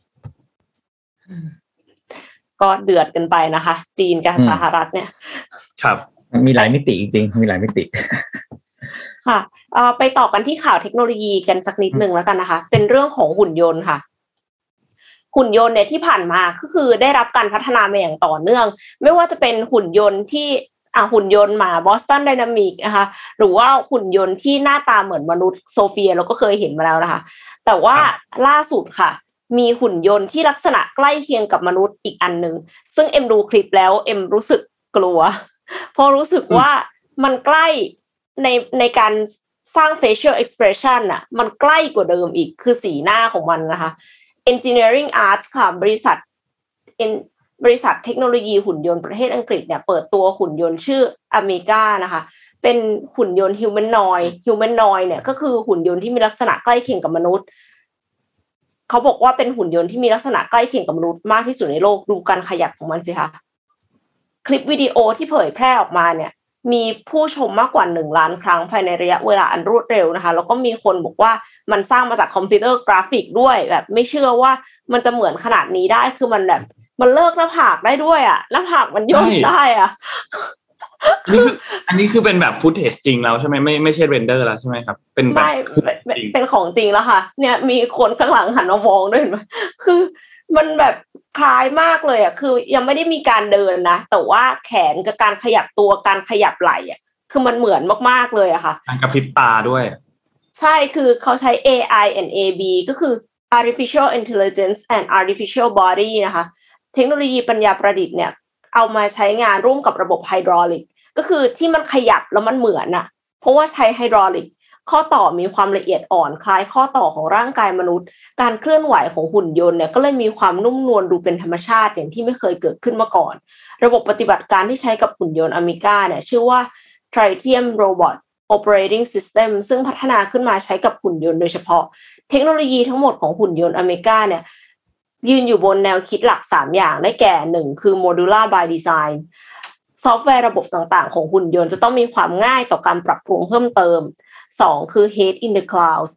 ก็เดือดกันไปนะคะจีนกับสหรัฐเนี่ยครับมีหลายมิติจริงๆมีหลายมิติค่ะไปต่อกันที่ข่าวเทคโนโลยีกันสักนิดนึงแล้วกันนะคะเป็นเรื่องของหุ่นยนต์ค่ะหุ่นยนต์เนี่ยที่ผ่านมาก็คือได้รับการพัฒนามาอย่างต่อเนื่องไม่ว่าจะเป็นหุ่นยนต์ที่อ่ะหุ่นยนต์มา Boston Dynamics นะคะหรือว่าหุ่นยนต์ที่หน้าตาเหมือนมนุษย์โซเฟียเราก็เคยเห็นมาแล้วนะคะแต่ว่าล่าสุดค่ะมีหุ่นยนต์ที่ลักษณะใกล้เคียงกับมนุษย์อีกอันนึงซึ่งเอ็มดูคลิปแล้วเอ็มรู้สึกกลัวเพราะรู้สึกว่ามันใกล้ในในการสร้าง facial expression น่ะมันใกล้กว่าเดิมอีกคือสีหน้าของมันนะคะ Engineering Arts ค่ะบริษัทบริษัทเทคโนโลยีหุ่นยนต์ประเทศอังกฤษเนี่ยเปิดตัวหุ่นยนต์ชื่อ Amiga นะคะเป็นหุ่นยนต์ humanoid humanoid เนี่ยก็คือหุ่นยนต์ที่มีลักษณะใกล้เคียงกับมนุษย์เขาบอกว่าเป็นหุ่นยนต์ที่มีลักษณะใกล้เคียงกับมนุษย์มากที่สุดในโลกดูการขยับของมันสิคะคลิปวิดีโอที่เผยแพร่ออกมาเนี่ยมีผู้ชมมากกว่าหนึ่งล้านครั้งภายในระยะเวลาอันรวดเร็วนะคะแล้วก็มีคนบอกว่ามันสร้างมาจากคอมพิวเตอร์กราฟิกด้วยแบบไม่เชื่อว่ามันจะเหมือนขนาดนี้ได้คือมันแบบมันเลิกหน้าผากได้ด้วยอ่ะหน้าผากมันย่นได้อ่ะนี่คืออันนี้คือเป็นแบบฟุตเทจจริงแล้วใช่ไหมไม่ไม่ใช่เรนเดอร์แล้วใช่ไหมครับเป็นแบบเป็นของจริงแล้วค่ะเนี่ยมีคนข้างหลังหันมามองด้วยเห็นไหมคือมันแบบคล้ายมากเลยอ่ะคือยังไม่ได้มีการเดินนะแต่ว่าแขนกับการขยับตัวการขยับไหล่อ่ะคือมันเหมือนมากๆเลยอะค่ะการกระพริบตาด้วยใช่คือเขาใช้ เอ ไอ and เอ บี ก็คือ artificial intelligence and artificial body นะคะเทคโนโลยีปัญญาประดิษฐ์เนี่ยเอามาใช้งานร่วมกับระบบไฮดรอลิกก็คือที่มันขยับแล้วมันเหมือนน่ะเพราะว่าใช้ไฮดรอลิกข้อต่อมีความละเอียดอ่อนคล้ายข้อต่อของร่างกายมนุษย์การเคลื่อนไหวของหุ่นยนต์เนี่ยก็เลยมีความนุ่มนวลดูเป็นธรรมชาติอย่างที่ไม่เคยเกิดขึ้นมาก่อนระบบปฏิบัติการที่ใช้กับหุ่นยนต์ Amiga เนี่ยชื่อว่า Tritium Robot Operating System ซึ่งพัฒนาขึ้นมาใช้กับหุ่นยนต์โดยเฉพาะเทคโนโลยีทั้งหมดของหุ่นยนต์ Amiga เนี่ยยืนอยู่บนแนวคิดหลักสามอย่างได้แก่หนึ่งคือ Modular by Design ซอฟต์แวร์ระบบต่างๆของหุ่นยนต์จะต้องมีความง่ายต่อการปรับปรุงเพิ่มเติมสองคือ Head in the Cloud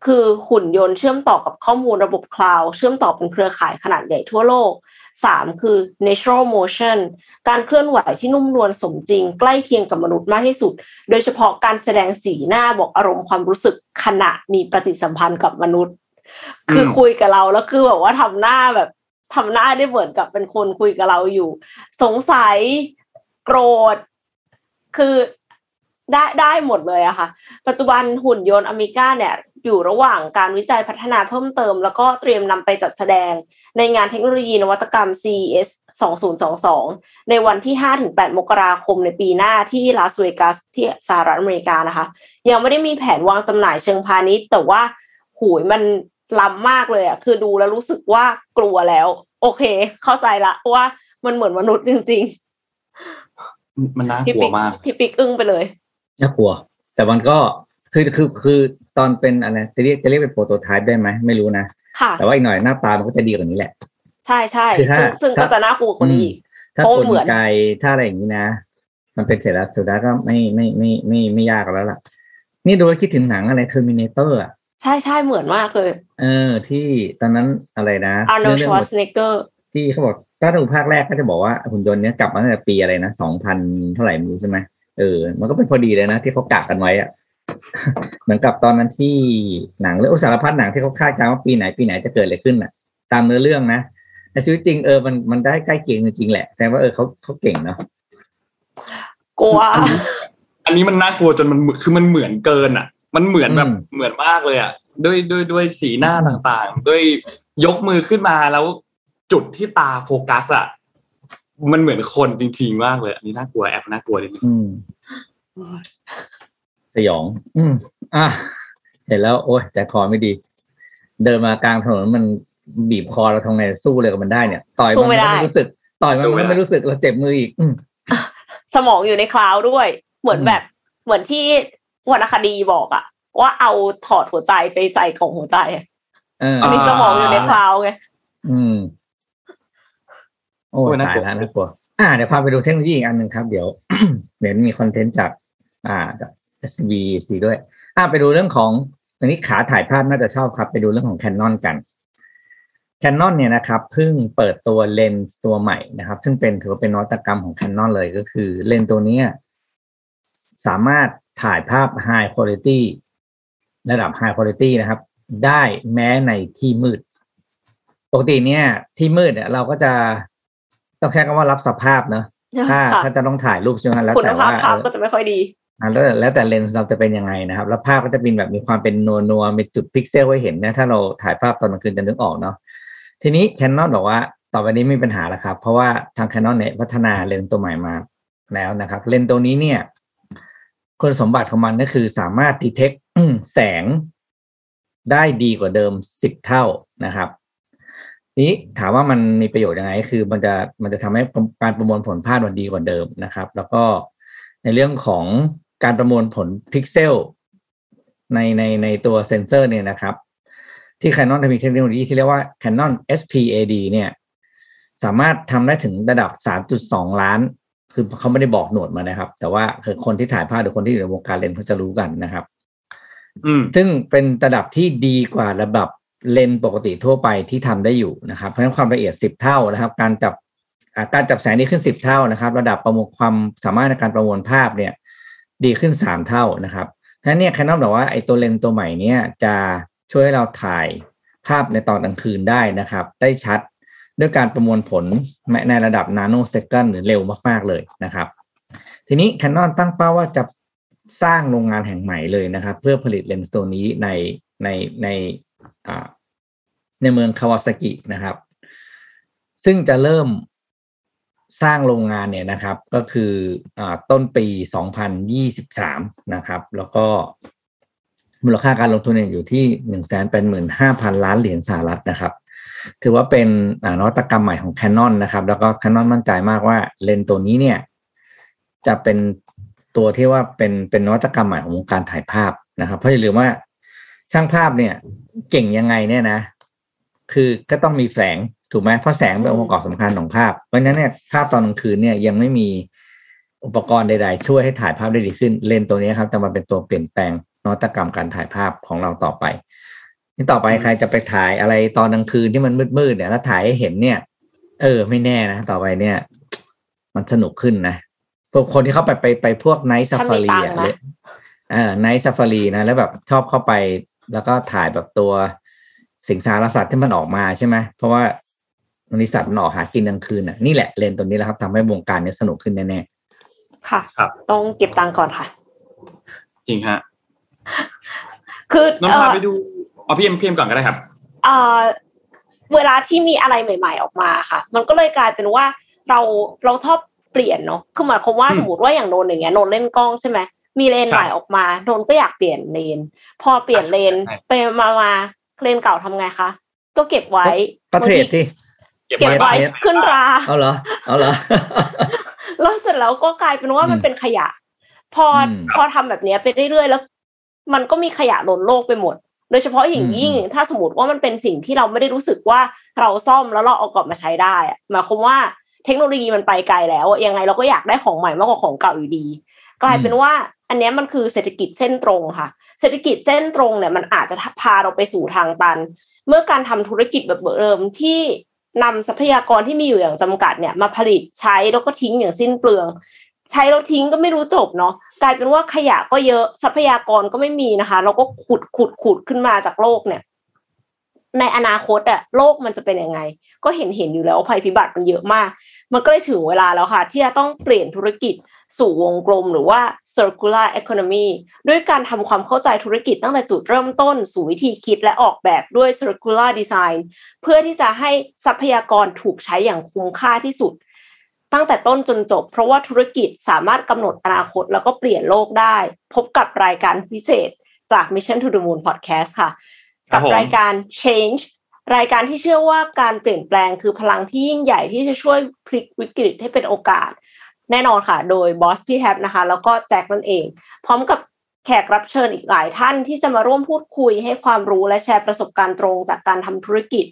คือหุ่นยนต์เชื่อมต่อกับข้อมูลระบบคลาวด์เชื่อมต่อเป็นเครือข่ายขนาดใหญ่ทั่วโลกสามคือ natural motion การเคลื่อนไหวที่นุ่มนวลสมจริงใกล้เคียงกับมนุษย์มากที่สุดโดยเฉพาะการแสดงสีหน้าบอกอารมณ์ความรู้สึกขณะมีปฏิสัมพันธ์กับมนุษย์คือคุยกับเราแล้วคือแบบว่าทำหน้าแบบทำหน้าได้เหมือนกับเป็นคนคุยกับเราอยู่สงสัยโกรธคือได้ได้หมดเลยอะค่ะปัจจุบันหุ่นยนต์อเมริกาเนี่ยอยู่ระหว่างการวิจัยพัฒนาเพิ่มเติมแล้วก็เตรียมนำไปจัดแสดงในงานเทคโนโลยีนวัตกรรม ซี อี เอส สองพันยี่สิบสองในวันที่ ห้าถึงแปด มกราคมในปีหน้าที่ลาสเวกัสที่สหรัฐอเมริกานะคะยังไม่ได้มีแผนวางจำหน่ายเชิงพาณิชย์แต่ว่าหูยมันล้ำมากเลยอะคือดูแล้วรู้สึกว่ากลัวแล้วโอเคเข้าใจละว่ามันเหมือนมนุษย์จริงๆมันน่ากลัวมากพี่ปิ๊กอึ้งไปเลยน่ากลัวแต่มันก็คือคือคือตอนเป็นอะไรจะเรียกจะเรียกเป็นโปรโตไทป์ได้ไหมไม่รู้นะแต่ว่าอีกหน่อยหน้าตามันก็จะดีกว่านี้แหละใช่ใช่ซึ่งซึ่งก็จะน่ากลัวกว่านี้ถ้ากลไกถ้าอะไรอย่างนี้นะมันเป็นเสร็จแล้วสุดท้ายก็ไม่ไม่ไม่ไม่ไม่ยากแล้วล่ะนี่ดูแล้วคิดถึงหนังอะไร Terminator อ่ะใช่ใช่เหมือนมากเลยเออที่ตอนนั้นอะไรนะ Arnold Schwarzenegger ที่เขาบอกถ้าดูภาคแรกก็จะบอกว่าหุ่นยนต์เนี้ยกลับมาตั้งแต่ปีอะไรนะสองพันเท่าไหร่ไม่รู้ใช่ไหมเออมันก็เป็นพอดีเลยนะที่เขากะกันไว้อ่ะ เหมือนกับตอนนั้นที่หนังเรื่องสารพัดหนังที่เขาคาดการณ์ว่าปีไหนปีไหนจะเกิดอะไรขึ้นอ่ะตามเนื้อเรื่องนะในชีวิตจริงเออมันมันได้ใกล้เคียงจริงๆแหละแต่ว่าเออเขาเขาเก่งเนาะกลัวอันนี้มันน่ากลัวจนมันคือมันเหมือนเกินอ่ะมันเหมือนแบบเหมือนมากเลยอ่ะด้วยด้วยด้วยสีหน้าต่างๆด้วยยกมือขึ้นมาแล้วจุดที่ตาโฟกัสอ่ะมันเหมือนคนจริงๆมากเลยอันนี้น่ากลัวแอบน่ากลัวนิดนึงสยองอืมอ่ะเห็นแล้วโอ๊ยแต่คอไม่ดีเดินมากลางถนนมันบีบคอเราทำไงสู้เลยกับมันได้เนี่ยต่อยมันไม่รู้สึกต่อยมันมันไม่รู้สึกเราเจ็บมืออีกสมองอยู่ในคลาวด์ด้วยเหมือนแบบเหมือนที่วรรณคดีบอกอะว่าเอาถอดหัวใจไปใส่ของหัวใจอันนี้สมองอยู่ในคลาวด์ไงอืมโอ้ตายแล้วน่ากลัวอ่าเดี๋ยวพาไปดูเทคโนโลยีอีกอันหนึ่งครับเดี๋ยว เดี๋ยวมีคอนเทนต์จากอ่าจาก เอส วี ซี ด้วยอ่าไปดูเรื่องของอันนี้ขาถ่ายภาพน่าจะชอบครับไปดูเรื่องของ Canon กัน Canon เนี่ยนะครับเพิ่งเปิดตัวเลนส์ตัวใหม่นะครับซึ่งเป็นถือว่าเป็นนวัตกรรมของ Canon เลยก็คือเลนส์ตัวนี้สามารถถ่ายภาพ High Quality ระดับ High Quality นะครับได้แม้ในที่มืดปกติเนี่ยที่มืดเนี่ยเราก็จะต้องใช้คำว่ารับสภาพเนอะถ้าถ้าจะต้องถ่ายรูปใช่ไหมแล้วแต่ว่าภาพก็จะไม่ค่อยดีแล้วแล้วแต่เลนส์เราจะเป็นยังไงนะครับแล้วภาพก็จะเป็นแบบมีความเป็นนัวนัวมีจุดพิกเซลไว้เห็นนะถ้าเราถ่ายภาพตอนกลางคืนจะนึกออกเนาะทีนี้ Canon บอกว่าต่อไปนี้ไม่มีปัญหาแล้วครับเพราะว่าทาง Canon เนี่ยพัฒนาเลนส์ตัวใหม่มาแล้วนะครับเลนส์ตัวนี้เนี่ยคุณสมบัติของมันก็คือสามารถ detect แสงได้ดีกว่าเดิมสิบเท่านะครับนี้ถามว่ามันมีประโยชน์ยังไงคือมันจะมันจะทำให้การประมวลผลภาพมันดีกว่าเดิมนะครับแล้วก็ในเรื่องของการประมวลผลพิกเซลในในในตัวเซนเซอร์เนี่ยนะครับที่ Canon มีเทคโนโลยีที่เรียกว่า Canon เอส พี เอ ดี เนี่ยสามารถทำได้ถึงระดับ สามจุดสอง ล้านคือเขาไม่ได้บอกหน่วยมานะครับแต่ว่าคือคนที่ถ่ายภาพหรือคนที่อยู่ในวงการเลนส์เขาจะรู้กันนะครับอืมซึ่งเป็นระดับที่ดีกว่าระดับเลนส์ปกติทั่วไปที่ทำได้อยู่นะครับเพราะฉะนั้นความละเอียดสิบเท่านะครับการจับการจับแสงดีขึ้นสิบเท่านะครับระดับประมวลความสามารถในการประมวลภาพเนี่ยดีขึ้นสามเท่านะครับฉะนั้นเนี่ย Canon บอกว่าไอ้ตัวเลนส์ตัวใหม่เนี่ยจะช่วยให้เราถ่ายภาพในตอนกลางคืนได้นะครับได้ชัดด้วยการประมวลผลในระดับนาโนเซคันด์หรือเร็วมากๆเลยนะครับทีนี้ Canon ตั้งเป้าว่าจะสร้างโรงงานแห่งใหม่เลยนะครับเพื่อผลิตเลนส์ตัวนี้ในในในในเมืองคาวาซากินะครับซึ่งจะเริ่มสร้างโรงงานเนี่ยนะครับก็คืออต้นปีสองพันยี่สิบสามนะครับแล้วก็มูลค่าการลงทุนเนี่ยอยู่ที่ หนึ่งแสนแปดหมื่นห้าพัน ล้านเหรียญสหรัฐนะครับถือว่าเป็นนวัตกรรมใหม่ของ Canon นะครับแล้วก็ Canon มั่นใจมากว่าเลนส์ตัวนี้เนี่ยจะเป็นตัวที่ว่าเป็นเป็นนวัตกรรมใหม่ของวงการถ่ายภาพนะครับเพราะอย่าลืมว่าช่างภาพเนี่ยเก่งยังไงเนี่ยนะคือก็ต้องมีแสงถูกไหมเพราะแสงเป็นองค์ประกอบสำคัญของภาพเพราะฉะนั้นเนี่ยภาพตอนกลางคืนเนี่ยยังไม่มีอุปกรณ์ใดๆช่วยให้ถ่ายภาพได้ดีขึ้นเลนส์ตัวนี้ครับจะมาเป็นตัวเปลี่ยนแปลงนวัตกรรมการถ่ายภาพของเราต่อไปนี่ต่อไปใครจะไปถ่ายอะไรตอนกลางคืนที่มันมืดๆเนี่ยแล้วถ่ายให้เห็นเนี่ยเออไม่แน่นะต่อไปเนี่ยมันสนุกขึ้นนะพวกคนที่เข้าไปไปไปพวกไนท์ซาฟารีอ่ะเลยเออไนท์ซาฟารีนะแล้วแบบชอบเข้าไปแล้วก็ถ่ายแบบตัวสิงสารสัตว์ที่มันออกมาใช่ไหมเพราะว่าบริษัทมันออกหากินกลางคืนน่ะนี่แหละเลนตัวนี้แหละครับทำให้วงการนี้สนุกขึ้นแน่ๆค่ะครับต้องเก็บตังค์ก่อนค่ะจริงฮะคือน้องพาไปดูเอาพี่เอ็มพี่เอ็มก่อนก็ได้ครับเอ่อเวลาที่มีอะไรใหม่ๆออกมาค่ะมันก็เลยกลายเป็นว่าเราเราชอบเปลี่ยนเนาะคือหมายความว่าสมมติว่าอย่างโนนอย่างเงี้ยโนนเล่นกล้องใช่ไหมมีเลนใหม่ออกมาโนนก็อยากเปลี่ยนเลนพอเปลี่ยนเลนไปมามาเลนเก่าทำไงคะก็เก็บไว้ก็เทรดที่เก็บไว้ขึ้นราเอาเหรอเอาเหรอแล้วเสร็จแล้วก็กลายเป็นว่ามันเป็นขยะพอพอทำแบบนี้ไปเรื่อยๆแล้วมันก็มีขยะล้นโลกไปหมดโดยเฉพาะอย่างยิ่งถ้าสมมติว่ามันเป็นสิ่งที่เราไม่ได้รู้สึกว่าเราซ่อมแล้วเราเอากลับมาใช้ได้หมายความว่าเทคโนโลยีมันไปไกลแล้วยังไงเราก็อยากได้ของใหม่มากกว่าของเก่าอยู่ดีกลายเป็นว่าอันนี้มันคือเศรษฐกิจเส้นตรงค่ะเศรษฐกิจเส้นตรงเนี่ยมันอาจจะพาเราไปสู่ทางตันเมื่อการทำธุรกิจแบบเดิมที่นำทรัพยากรที่มีอยู่อย่างจำกัดเนี่ยมาผลิตใช้แล้วก็ทิ้งอย่างสิ้นเปลืองใช้แล้วทิ้งก็ไม่รู้จบเนาะกลายเป็นว่าขยะก็เยอะทรัพยากรก็ไม่มีนะคะเราก็ขุดขุดขุดขึ้นมาจากโลกเนี่ยในอนาคตอะโลกมันจะเป็นยังไงก็เห็นเห็นอยู่แล้วภัยพิบัติมันเยอะมากมันก็เลยถึงเวลาแล้วค่ะที่จะต้องเปลี่ยนธุรกิจสู่วงกลมหรือว่า circular economy ด้วยการทำความเข้าใจธุรกิจตั้งแต่จุดเริ่มต้นสู่วิธีคิดและออกแบบด้วย circular design เพื่อที่จะให้ทรัพยากรถูกใช้อย่างคุ้มค่าที่สุดตั้งแต่ต้นจนจบเพราะว่าธุรกิจสามารถกำหนดอนาคตแล้วก็เปลี่ยนโลกได้พบกับรายการพิเศษจาก Mission to the Moon Podcast ค่ะกับรายการ Change รายการที่เชื่อว่าการเปลี่ยนแปลงคือพลังที่ยิ่งใหญ่ที่จะช่วยพลิกวิกฤตให้เป็นโอกาสแน่นอนค่ะโดยบอสพี่แท็บนะคะแล้วก็แจ็คนั่นเองพร้อมกับแขกรับเชิญอีกหลายท่านที่จะมาร่วมพูดคุยให้ความรู้และแชร์ประสบการณ์ตรงจากการทำธุรกิจ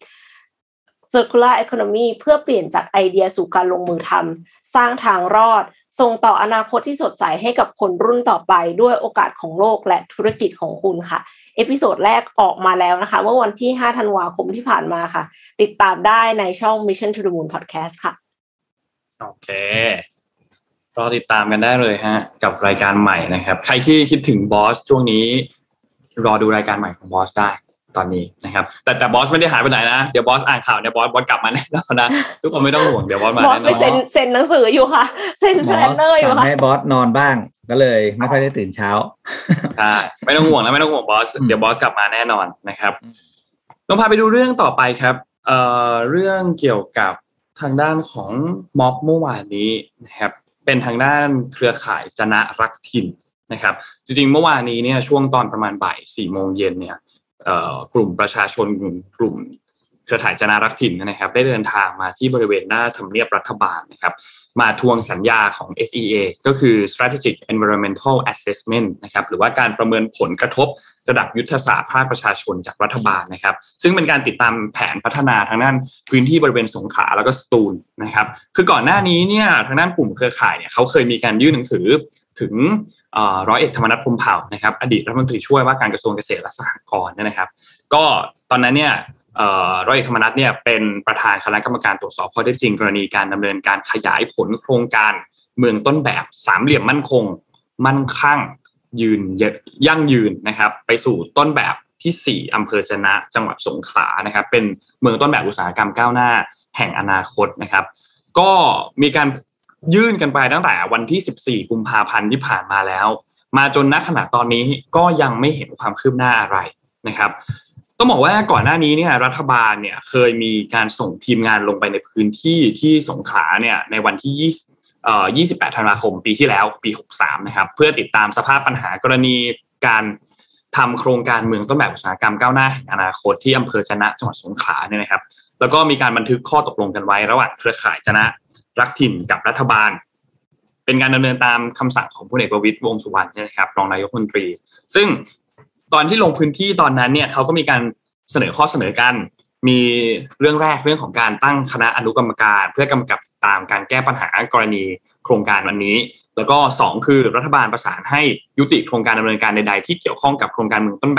circular economy เพื่อเปลี่ยนจากไอเดียสู่การลงมือทำสร้างทางรอดส่งต่ออนาคตที่สดใสให้กับคนรุ่นต่อไปด้วยโอกาสของโลกและธุรกิจของคุณค่ะเอพิโซดแรกออกมาแล้วนะคะเมื่อวันที่ห้าธันวาคมที่ผ่านมาค่ะติดตามได้ในช่อง Mission to the Moon Podcast ค่ะโอเครอติดตามกันได้เลยฮะกับรายการใหม่นะครับใครที่คิดถึงบอสช่วงนี้รอดูรายการใหม่ของบอสได้ตอนนี้นะครับแต่แต่บอสไม่ได้หายไปไหนนะเดี๋ยวบอสอ่านข่าวเนี่ยบอสบอสกลับมาแน่นอนนะทุกคนไม่ต้องห่วงเดี๋ยวบอสมาแน่นอนบอสไปเซ็นเซ็นหนังสืออยู่ค่ะเซ็นแพลนเนอร์อยู่ค่ะให้บอสนอนบ้างก็เลยไม่ค่อยได้ตื่นเช้าใช่ไม่ต้องห่วงนะไม่ต้องห่วงบอสเดี๋ยวบอสกลับมาแน่นอนนะครับลองพาไปดูเรื่องต่อไปครับเอ่อเรื่องเกี่ยวกับทางด้านของม็อบเมื่อวานนี้นะครับเป็นทางด้านเครือข่ายจนะรักถิ่นนะครับจริงๆเมื่อวานนี้เนี่ยช่วงตอนประมาณบ่ายสี่โมงเย็นเนี่ยกลุ่มประชาชนกลุ่มเครือข่ายจนะรักถิ่นนะครับได้เดินทางมาที่บริเวณหน้าทำเนียบรัฐบาลนะครับมาทวงสัญญาของ เอส อี เอ ก็คือ Strategic Environmental Assessment นะครับหรือว่าการประเมินผลกระทบระดับยุทธศาสตร์ภาคประชาชนจากรัฐบาลนะครับซึ่งเป็นการติดตามแผนพัฒนาทางด้านพื้นที่บริเวณสงขลาแล้วก็สตูลนะครับคือก่อนหน้านี้เนี่ยทางด้านกลุ่มเครือข่ายเนี่ยเขาเคยมีการยื่นหนังสือถึงร้อยเอกธรรมนัสพรหมเผ่านะครับอดีตรัฐมนตรีช่วยว่าการกระทรวงเกษตรและสหกรณ์นะครับก็ตอนนั้นเนี่ยร้อยเอกธรรมนัสเนี่ยเป็นประธานคณะกรรมการตรวจสอบข้อเท็จจริงกรณีการดำเนินการขยายผลโครงการเมืองต้นแบบสามเหลี่ยมมั่นคงมั่นคั่งยืนยั่งยืนนะครับไปสู่ต้นแบบที่สี่อำเภอจะนะจังหวัดสงขลานะครับเป็นเมืองต้นแบบอุตสาหกรรมก้าวหน้าแห่งอนาคตนะครับก็มีการยื่นกันไปตั้งแต่วันที่สิบสี่กุมภาพันธ์ที่ผ่านมาแล้วมาจนณขณะตอนนี้ก็ยังไม่เห็นความคืบหน้าอะไรนะครับต้องบอกว่าก่อนหน้านี้เนี่ยรัฐบาลเนี่ยเคยมีการส่งทีมงานลงไปในพื้นที่ที่สงขลาเนี่ยในวันที่ยี่สิบแปดธันวาคมปีที่แล้วปีหกสิบสามนะครับเพื่อติดตามสภาพปัญหากรณีการทำโครงการเมืองต้นแบบอุตสาหกรรมก้าวหน้าแห่งอนาคตที่อำเภอจะนะจังหวัดสงขลาเนี่ยนะครับแล้วก็มีการบันทึกข้อตกลงกันไว้ระหว่างเครือข่ายจะนะรักถิ่นกับรัฐบาลเป็นการดำเนินตามคำสั่งของพลเอกประวิตรวงษ์สุวรรณใช่ไหมครับรองนายกรัฐมนตรีซึ่งตอนที่ลงพื้นที่ตอนนั้นเนี่ยเขาก็มีการเสนอข้อเสนอกันมีเรื่องแรกเรื่องของการตั้งคณะอนุกรรมการเพื่อกำกับตามการแก้ปัญหากรณีโครงการวันนี้แล้วก็สองคือรัฐบาลประสานให้ยุติโครงการดำเนินการใดๆที่เกี่ยวข้องกับโครงการเมืองต้นแบบ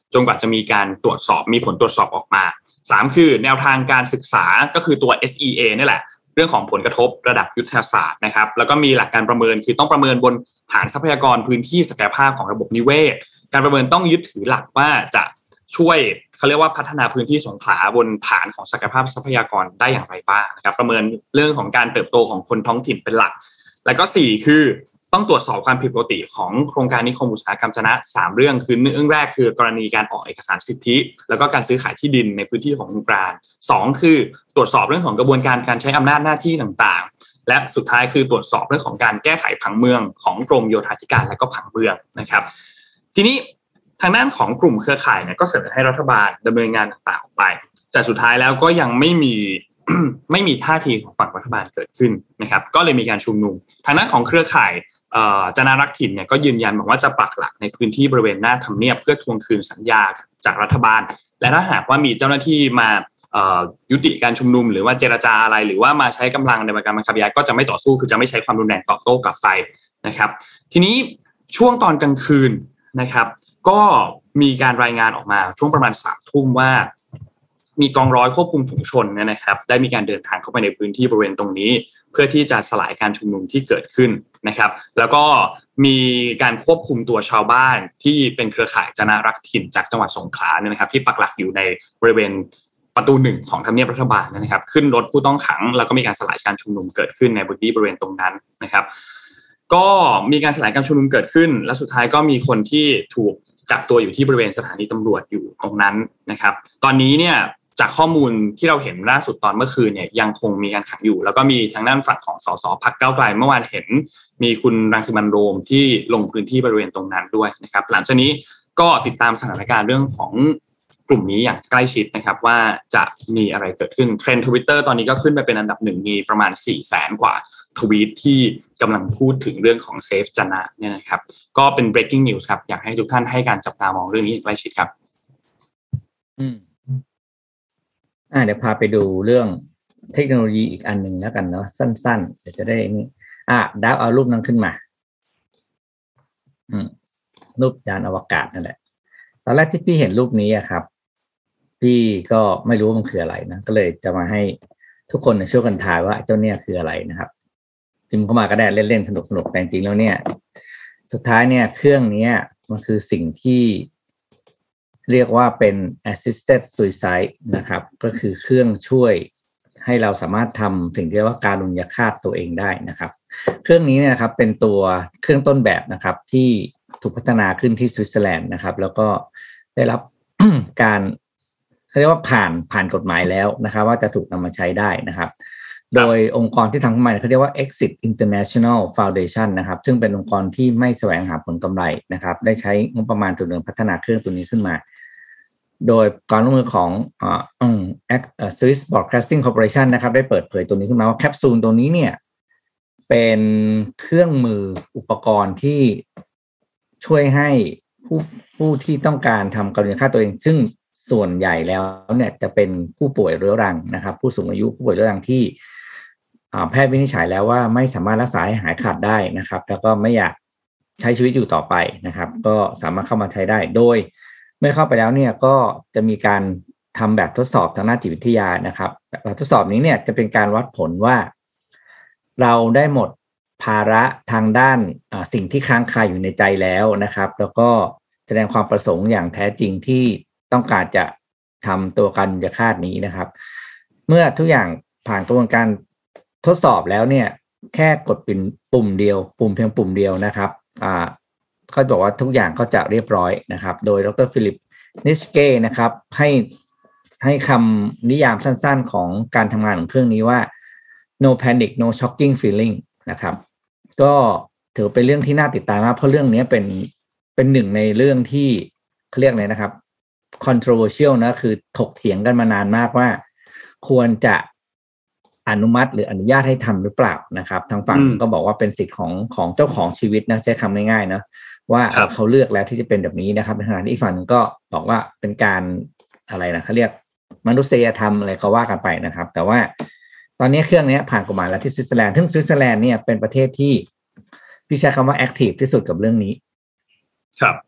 จนกว่าจะมีการตรวจสอบมีผลตรวจสอบออกมาสามคือแนวทางการศึกษาก็คือตัว เอส อี เอ นี่แหละเรื่องของผลกระทบระดับยุทธศาสตร์นะครับแล้วก็มีหลักการประเมินคือต้องประเมินบนฐานทรัพยากรพื้นที่ศักยภาพของระบบนิเวศการประเมินต้องยึดถือหลักว่าจะช่วยเขาเรียกว่าพัฒนาพื้นที่สงขลาบนฐานของศักยภาพทรัพยากรได้อย่างไรบ้างนะครับประเมินเรื่องของการเติบโตของคนท้องถิ่นเป็นหลักแล้วก็สี่คือต้องตรวจสอบความผิดปกติของโครงการนิคมอุตสาหกรรมชนะสามเรื่องคือเรื่องแรกคือกรณีการออกเอกสารสิทธิแล้วก็การซื้อขายที่ดินในพื้นที่ของโครงการสองคือตรวจสอบเรื่องของกระบวนการการใช้อำนาจหน้าที่ต่างๆและสุดท้ายคือตรวจสอบเรื่องของการแก้ไขผังเมืองของกรมโยธาธิการและก็ผังเมืองนะครับทีนี้ทางด้านของกลุ่มเครือข่ายเนี่ยก็เสนอให้รัฐบาลดำเนินงานต่างๆออกไปแต่สุดท้ายแล้วก็ยังไม่มี ไม่มีท่าทีของฝั่งรัฐบาลเกิดขึ้นนะครับก็เลยมีการชุมนุมทางด้านของเครือข่ายจนารักษ์ถิ่นเนี่ยก็ยืนยันบอกว่าจะปักหลักในพื้นที่บริเวณหน้าทำเนียบเพื่อทวงคืนสัญญาจากรัฐบาลและถ้าหากว่ามีเจ้าหน้าที่มายุติการชุมนุมหรือว่าเจรจาอะไรหรือว่ามาใช้กำลังในการบังคับย้ายก็จะไม่ต่อสู้คือจะไม่ใช้ความรุนแรงตอบโต้กลับไปนะครับทีนี้ช่วงตอนกลางคืนนะครับก็มีการรายงานออกมาช่วงประมาณสามทุ่มว่ามีกองร้อยควบคุมฝูงชนนะครับได้มีการเดินทางเข้าไปในพื้นที่บริเวณตรงนี้เพื่อที่จะสลายการชุมนุมที่เกิดขึ้นนะครับแล้วก็มีการควบคุมตัวชาวบ้านที่เป็นเครือข่ายจนารักษ์ถิ่นจากจังหวัดสงขลาเนี่ยนะครับที่ปักหลักอยู่ในบริเวณประตูหนึ่งของทำเนียบรัฐบาลนะครับขึ้นรถผู้ต้องขังแล้วก็มีการสลายการชุมนุมเกิดขึ้นในพื้นที่บริเวณตรงนั้นนะครับก็มีการสลายการชุมนุมเกิดขึ้นและสุดท้ายก็มีคนที่ถูกกักตัวอยู่ที่บริเวณสถานีตำรวจอยู่ตรงนั้นนะครับตอนนี้เนี่ยจากข้อมูลที่เราเห็นล่าสุดตอนเมื่อคืนเนี่ยยังคงมีการขังอยู่แล้วก็มีทางด้านฝั่งของสสพรรคก้าวไกลเมื่อวานเห็นมีคุณรังสิมันต์โรมที่ลงพื้นที่บริเวณตรงนั้นด้วยนะครับหลังจากนี้ก็ติดตามสถานการณ์เรื่องของกลุ่มนี้อย่างใกล้ชิดนะครับว่าจะมีอะไรเกิดขึ้นเทรนด์ Twitter ตอนนี้ก็ขึ้นไปเป็นอันดับหนึ่งมีประมาณ สี่แสน กว่าทวีตที่กำลังพูดถึงเรื่องของเซฟจนะเนี่ยนะครับก็เป็น breaking news ครับอยากให้ทุกท่านให้การจับตามองเรื่องนี้อย่างใกล้ชิดครับอืมอ่าเดี๋ยวพาไปดูเรื่องเทคโนโลยีอีกอันหนึ่งแล้วกันเนาะสั้นๆเดี๋ยวจะได้นี่อ่ะดาวเอารูปนั้นขึ้นมาอืมรูปยานอวกาศนั่นแหละตอนแรกที่พี่เห็นรูปนี้อะครับพี่ก็ไม่รู้ว่ามันคืออะไรนะก็เลยจะมาให้ทุกคนช่วยกันทายว่าเจ้าเนี่ยคืออะไรนะครับพิมพ์เข้ามาก็ได้เล่นๆสนุกๆแต่จริงๆแล้วเนี่ยสุดท้ายเนี่ยเครื่องนี้มันคือสิ่งที่เรียกว่าเป็น assisted suicide นะครับก็คือเครื่องช่วยให้เราสามารถทำสิ่งที่เรียกว่าการุญยฆาตตัวเองได้นะครับเครื่องนี้เนี่ยนะครับเป็นตัวเครื่องต้นแบบนะครับที่ถูกพัฒนาขึ้นที่สวิตเซอร์แลนด์นะครับแล้วก็ได้รับ การเขาเรียกว่าผ่านผ่านกฎหมายแล้วนะครับว่าจะถูกนำมาใช้ได้นะครับโดยองค์กรที่ทำขึ้นมาเขาเรียกว่า Exit International Foundation นะครับซึ่งเป็นองค์กรที่ไม่แสวงหาผลกำไรนะครับได้ใช้งบประมาณตัวหนึ่งพัฒนาเครื่องตัวนี้ขึ้นมาโดยการร่วมมือของอ่าอืม Swiss Broadcasting Corporation นะครับได้เปิดเผยตัวนี้ขึ้นมาว่าแคปซูลตัวนี้เนี่ยเป็นเครื่องมืออุปกรณ์ที่ช่วยให้ผู้ผู้ที่ต้องการทำการุญยฆาตตัวเองซึ่งส่วนใหญ่แล้วเนี่ยจะเป็นผู้ป่วยเรื้อรังนะครับผู้สูงอายุผู้ป่วยเรื้อรังที่แพทย์วินิจฉัยแล้วว่าไม่สามารถรักษาให้หายขาดได้นะครับแล้วก็ไม่อยากใช้ชีวิตอยู่ต่อไปนะครับก็สามารถเข้ามาใช้ได้โดยเมื่อเข้าไปแล้วเนี่ยก็จะมีการทำแบบทดสอบทางด้านจิตวิทยานะครับแบบทดสอบนี้เนี่ยจะเป็นการวัดผลว่าเราได้หมดภาระทางด้านสิ่งที่ค้างคาอยู่ในใจแล้วนะครับแล้วก็แสดงความประสงค์อย่างแท้จริงที่ต้องการจะทำตัวการยุญยฆาตนี้นะครับเมื่อทุกอย่างผ่านกระบวนการทดสอบแล้วเนี่ยแค่กดปุ่มเดียวปุ่มเพียงปุ่มเดียวนะครับอ่าเขาบอกว่าทุกอย่างก็จะเรียบร้อยนะครับโดยดรฟิลิปนิชเก้นะครับให้ให้คำนิยามสั้นๆของการทำงานของเครื่องนี้ว่า no panic no shocking feeling นะครับก็ถือเป็นเรื่องที่น่าติดตามมากเพราะเรื่องนี้เป็นเป็นหนึ่งในเรื่องที่เขาเรียกอะไรนะครับ controversial นะคือถกเถียงกันมานานมากว่าควรจะอนุมัติหรืออนุญาตให้ทำหรือเปล่านะครับทางฝั่งก็บอกว่าเป็นสิทธิ์ของของเจ้าของชีวิตนะใช้คำง่ายๆนะว่าเขาเลือกแล้วที่จะเป็นแบบนี้นะครับในขณะที่อีกฝั่งนึงก็บอกว่าเป็นการอะไรนะเขาเรียกมนุษยธรรมอะไรก็ว่ากันไปนะครับแต่ว่าตอนนี้เครื่องนี้ผ่านกฎหมายแล้วที่สวิตเซอร์แลนด์ซึ่งสวิตเซอร์แลนด์เนี่ยเป็นประเทศที่พี่ใช้คำว่าแอคทีฟที่สุดกับเรื่องนี้ครับ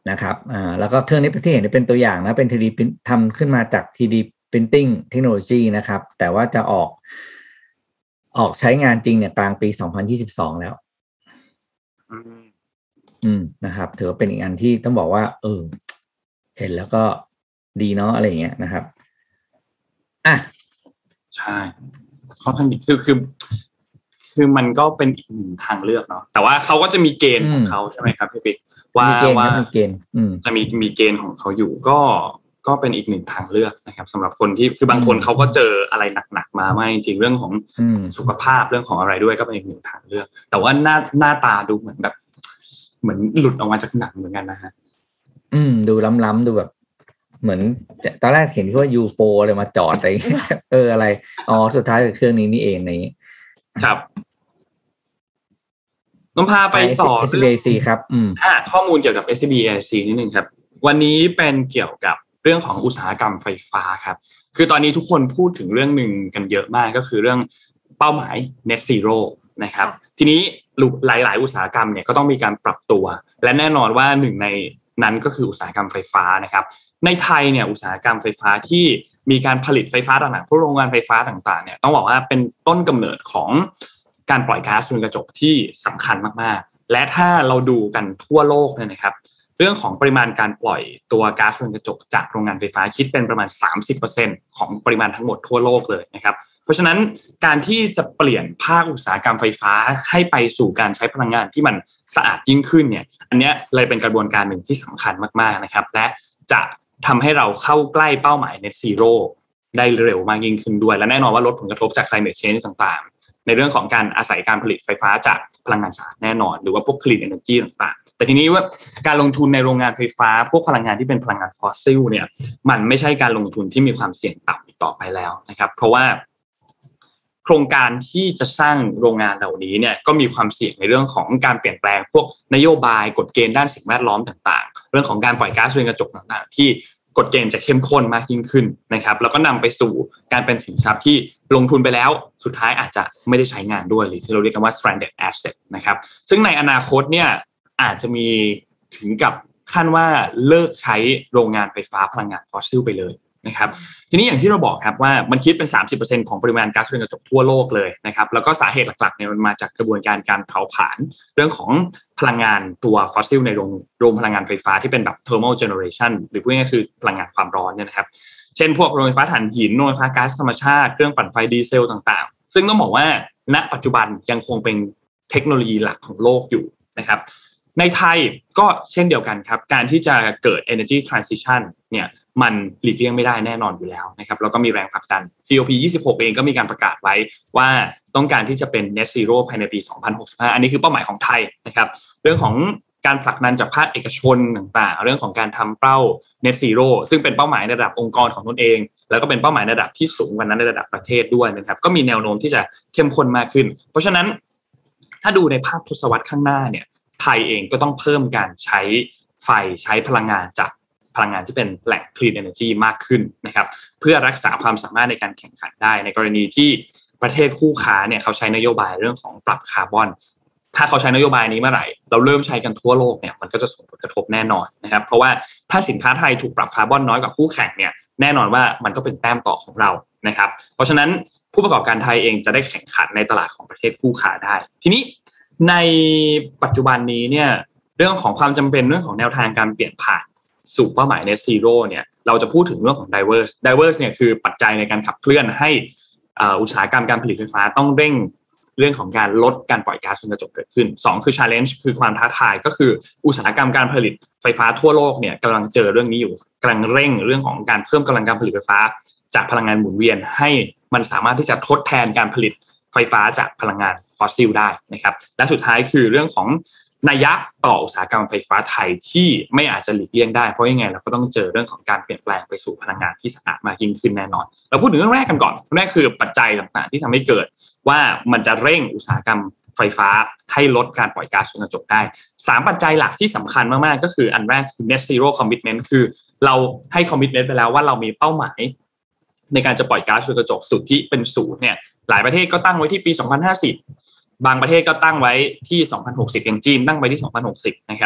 นะครับอ่าแล้วก็เครื่องนี้ที่เห็นเป็นตัวอย่างนะเป็น ทรี ดี ทำขึ้นมาจาก ทรี ดี Printing Technology นะครับแต่ว่าจะออกออกใช้งานจริงเนี่ยกลางปีสองพันยี่สิบสองแล้วอืมอืมนะครับถือว่าเป็นอีกอันที่ต้องบอกว่าเออเห็นแล้วก็ดีเนาะอะไรอย่างเงี้ยนะครับอ่ะใช่ค่อนข้างดีคือคือคือมันก็เป็นอีกหนึ่งทางเลือกเนาะแต่ว่าเขาก็จะมีเกณฑ์ของเขาใช่ไหมครับพี่ปิ๊กว่าว่ามีเกณฑ์จะมีมีเกณฑ์ของเขาอยู่ก็ก็เป็นอีกหนึ่งทางเลือกนะครับสำหรับคนที่คือบางคนเขาก็เจออะไรหนักๆมาไม่จริงเรื่องของสุขภาพเรื่องของอะไรด้วยก็เป็นอีกหนึ่งทางเลือกแต่ว่าหน้าหน้าตาดูเหมือนแบบเหมือนหลุดออกมาจากหนังเหมือนกันนะฮะอืมดูล้ำๆดูแบบเหมือนตอนแรกเห็นว่า ยู โฟ อะไรมาจอดอะไรเอออะไรอ๋อสุดท้ายเป็นเครื่องนี้นี่เองนี้ครับต้องพาไปต่อเอส บี ไอ ซี ครับอืมอ่าข้อมูลเกี่ยวกับ เอส บี ไอ ซี นิดนึงครับวันนี้เป็นเกี่ยวกับเรื่องของอุตสาหกรรมไฟฟ้าครับคือตอนนี้ทุกคนพูดถึงเรื่องหนึ่งกันเยอะมากก็คือเรื่องเป้าหมาย net zero นะครับทีนี้หลายๆอุตสาหกรรมเนี่ยก็ต้องมีการปรับตัวและแน่นอนว่าหนึ่งในนั้นก็คืออุตสาหกรรมไฟฟ้านะครับในไทยเนี่ยอุตสาหกรรมไฟฟ้าที่มีการผลิตไฟฟ้าต่างๆพวกโรงงานไฟฟ้าต่างๆเนี่ยต้องบอกว่าเป็นต้นกำเนิดของการปล่อยก๊าซเรือนกระจกที่สำคัญมากๆและถ้าเราดูกันทั่วโลกเนี่ยนะครับเรื่องของปริมาณการปล่อยตัวก๊าซเรือนกระจกจากโรงงานไฟฟ้าคิดเป็นประมาณ สามสิบเปอร์เซ็นต์ ของปริมาณทั้งหมดทั่วโลกเลยนะครับเพราะฉะนั้นการที่จะเปลี่ยนภาคอุตสาหกรรมไฟฟ้าให้ไปสู่การใช้พลังงานที่มันสะอาดยิ่งขึ้นเนี่ยอันนี้เลยเป็นกระบวนการหนึ่งที่สำคัญมากๆนะครับและจะทำให้เราเข้าใกล้เป้าหมาย net zero ได้เร็วมากยิ่งขึ้นด้วยและแน่นอนว่าลดผลกระทบจาก climate change ต่างๆในเรื่องของการอาศัยการผลิตไฟฟ้าจากพลังงานสะอาดแน่นอนหรือว่าพวก clean energy ต่างๆแต่ทีนี้ว่าการลงทุนในโรงงานไฟฟ้าพวกพลังงานที่เป็นพลังงานฟอสซิลเนี่ยมันไม่ใช่การลงทุนที่มีความเสี่ยงต่ำอีกต่อไปแล้วนะครับเพราะว่าโครงการที่จะสร้างโรงงานเหล่านี้เนี่ยก็มีความเสี่ยงในเรื่องของการเปลี่ยนแปลงพวกนโยบายกฎเกณฑ์ด้านสิ่งแวดล้อมต่างๆเรื่องของการปล่อยก๊าซเรือนกระจกต่างๆที่กฎเกณฑ์จะเข้มข้นมากยิ่งขึ้นนะครับแล้วก็นำไปสู่การเป็นสินทรัพย์ที่ลงทุนไปแล้วสุดท้ายอาจจะไม่ได้ใช้งานด้วยหรือที่เราเรียกกันว่า stranded asset นะครับซึ่งในอนาคตเนี่ยอาจจะมีถึงกับขั้นว่าเลิกใช้โรงงานไฟฟ้าพลังงานฟอสซิลไปเลยนะครับทีนี้อย่างที่เราบอกครับว่ามันคิดเป็น สามสิบเปอร์เซ็นต์ ของปริมาณก๊าซเรือนกระจกทั่วโลกเลยนะครับแล้วก็สาเหตุหลักๆเนี่ยมันมาจากกระบวนการการเผาผลาญเรื่องของพลังงานตัวฟอสซิลในโรงโรงพลังงานไฟฟ้าที่เป็นแบบ thermal generation หรือพูดง่ายๆคือพลังงานความร้อนเนี่ยนะครับเช่นพวกโรงไฟฟ้าถ่านหินโรงไฟฟ้าก๊าซธรรมชาติเครื่องปั่นไฟดีเซลต่างๆซึ่งต้องบอกว่าณปัจจุบันยังคงเป็นเทคโนโลยีหลักของโลกอยู่นะครับในไทยก็เช่นเดียวกันครับการที่จะเกิด energy transition เนี่ยมันหลีกเลี่ยงไม่ได้แน่นอนอยู่แล้วนะครับแล้วก็มีแรงผลักดัน ซี โอ พี ยี่สิบหกเองก็มีการประกาศไว้ว่าต้องการที่จะเป็น net zero ภายในปีสองพันหกสิบห้าอันนี้คือเป้าหมายของไทยนะครับเรื่องของการผลักดันจากภาคเอกชนต่างๆเรื่องของการทำเป้า net zero ซึ่งเป็นเป้าหมายในระดับองค์กรของตนเองแล้วก็เป็นเป้าหมายในระดับที่สูงกว่านั้นในระดับประเทศด้วยนะครับก็มีแนวโน้มที่จะเข้มข้นมากขึ้นเพราะฉะนั้นถ้าดูในภาพทศวรรษข้างหน้าเนี่ยไทยเองก็ต้องเพิ่มการใช้ไฟใช้พลังงานจากพลังงานที่เป็นแหล่ง clean energy มากขึ้นนะครับเพื่อรักษาความสามารถในการแข่งขันได้ในกรณีที่ประเทศคู่ค้าเนี่ยเขาใช้นโยบายเรื่องของปรับคาร์บอนถ้าเขาใช้นโยบายนี้เมื่อไหร่เราเริ่มใช้กันทั่วโลกเนี่ยมันก็จะส่งผลกระทบแน่นอนนะครับเพราะว่าถ้าสินค้าไทยถูกปรับคาร์บอนน้อยกว่าคู่แข่งเนี่ยแน่นอนว่ามันก็เป็นแต้มต่อของเรานะครับเพราะฉะนั้นผู้ประกอบการไทยเองจะได้แข่งขันในตลาดของประเทศคู่ค้าได้ทีนี้ในปัจจุบันนี้เนี่ยเรื่องของความจำเป็นเรื่องของแนวทางการเปลี่ยนผ่านสู่เป้าหมาย net zero เนี่ยเราจะพูดถึงเรื่องของ drivers drivers เนี่ยคือปัจจัยในการขับเคลื่อนให้อุตสาหกรรมการผลิตไฟฟ้าต้องเร่งเรื่องของการลดการปล่อยก๊าซเรือนกระจกเกิดขึ้นสองคือ challenge คือความท้าทายก็คืออุตสาหกรรมการผลิตไฟฟ้าทั่วโลกเนี่ยกำลังเจอเรื่องนี้อยู่กำลังเร่งเรื่องของการเพิ่มกำลังการผลิตไฟฟ้าจากพลังงานหมุนเวียนให้มันสามารถที่จะทดแทนการผลิตไฟฟ้าจากพลังงานฟอสซิลได้นะครับและสุดท้ายคือเรื่องของนัยยะต่ออุตสาหกรรมไฟฟ้าไทยที่ไม่อาจจะหลีกเลี่ยงได้เพราะยังไงเราก็ต้องเจอเรื่องของการเปลี่ยนแปลงไปสู่พลังงานที่สะอาดมากยิ่งขึ้นแน่นอนเราพูดถึงเรื่องแรกกันก่อนแรกคือปัจจัยต่างๆที่ทำให้เกิดว่ามันจะเร่งอุตสาหกรรมไฟฟ้าให้ลดการปล่อยก๊าซเรือนกระจกได้สามปัจจัยหลักที่สำคัญมากๆก็คืออันแรกคือ net zero commitment คือเราให้ commitment ไปแล้วว่าเรามีเป้าหมายในการจะปล่อยก๊าซเรือนกระจกสุทธิเป็นศูนย์เนี่ยหลายประเทศก็ตั้งไว้ที่ปีสองพันห้าสิบบางประเทศก็ตั้งไว้ที่สองพันหกสิบอย่างจีนตั้งไว้ที่สองพันหกสิบนะครับ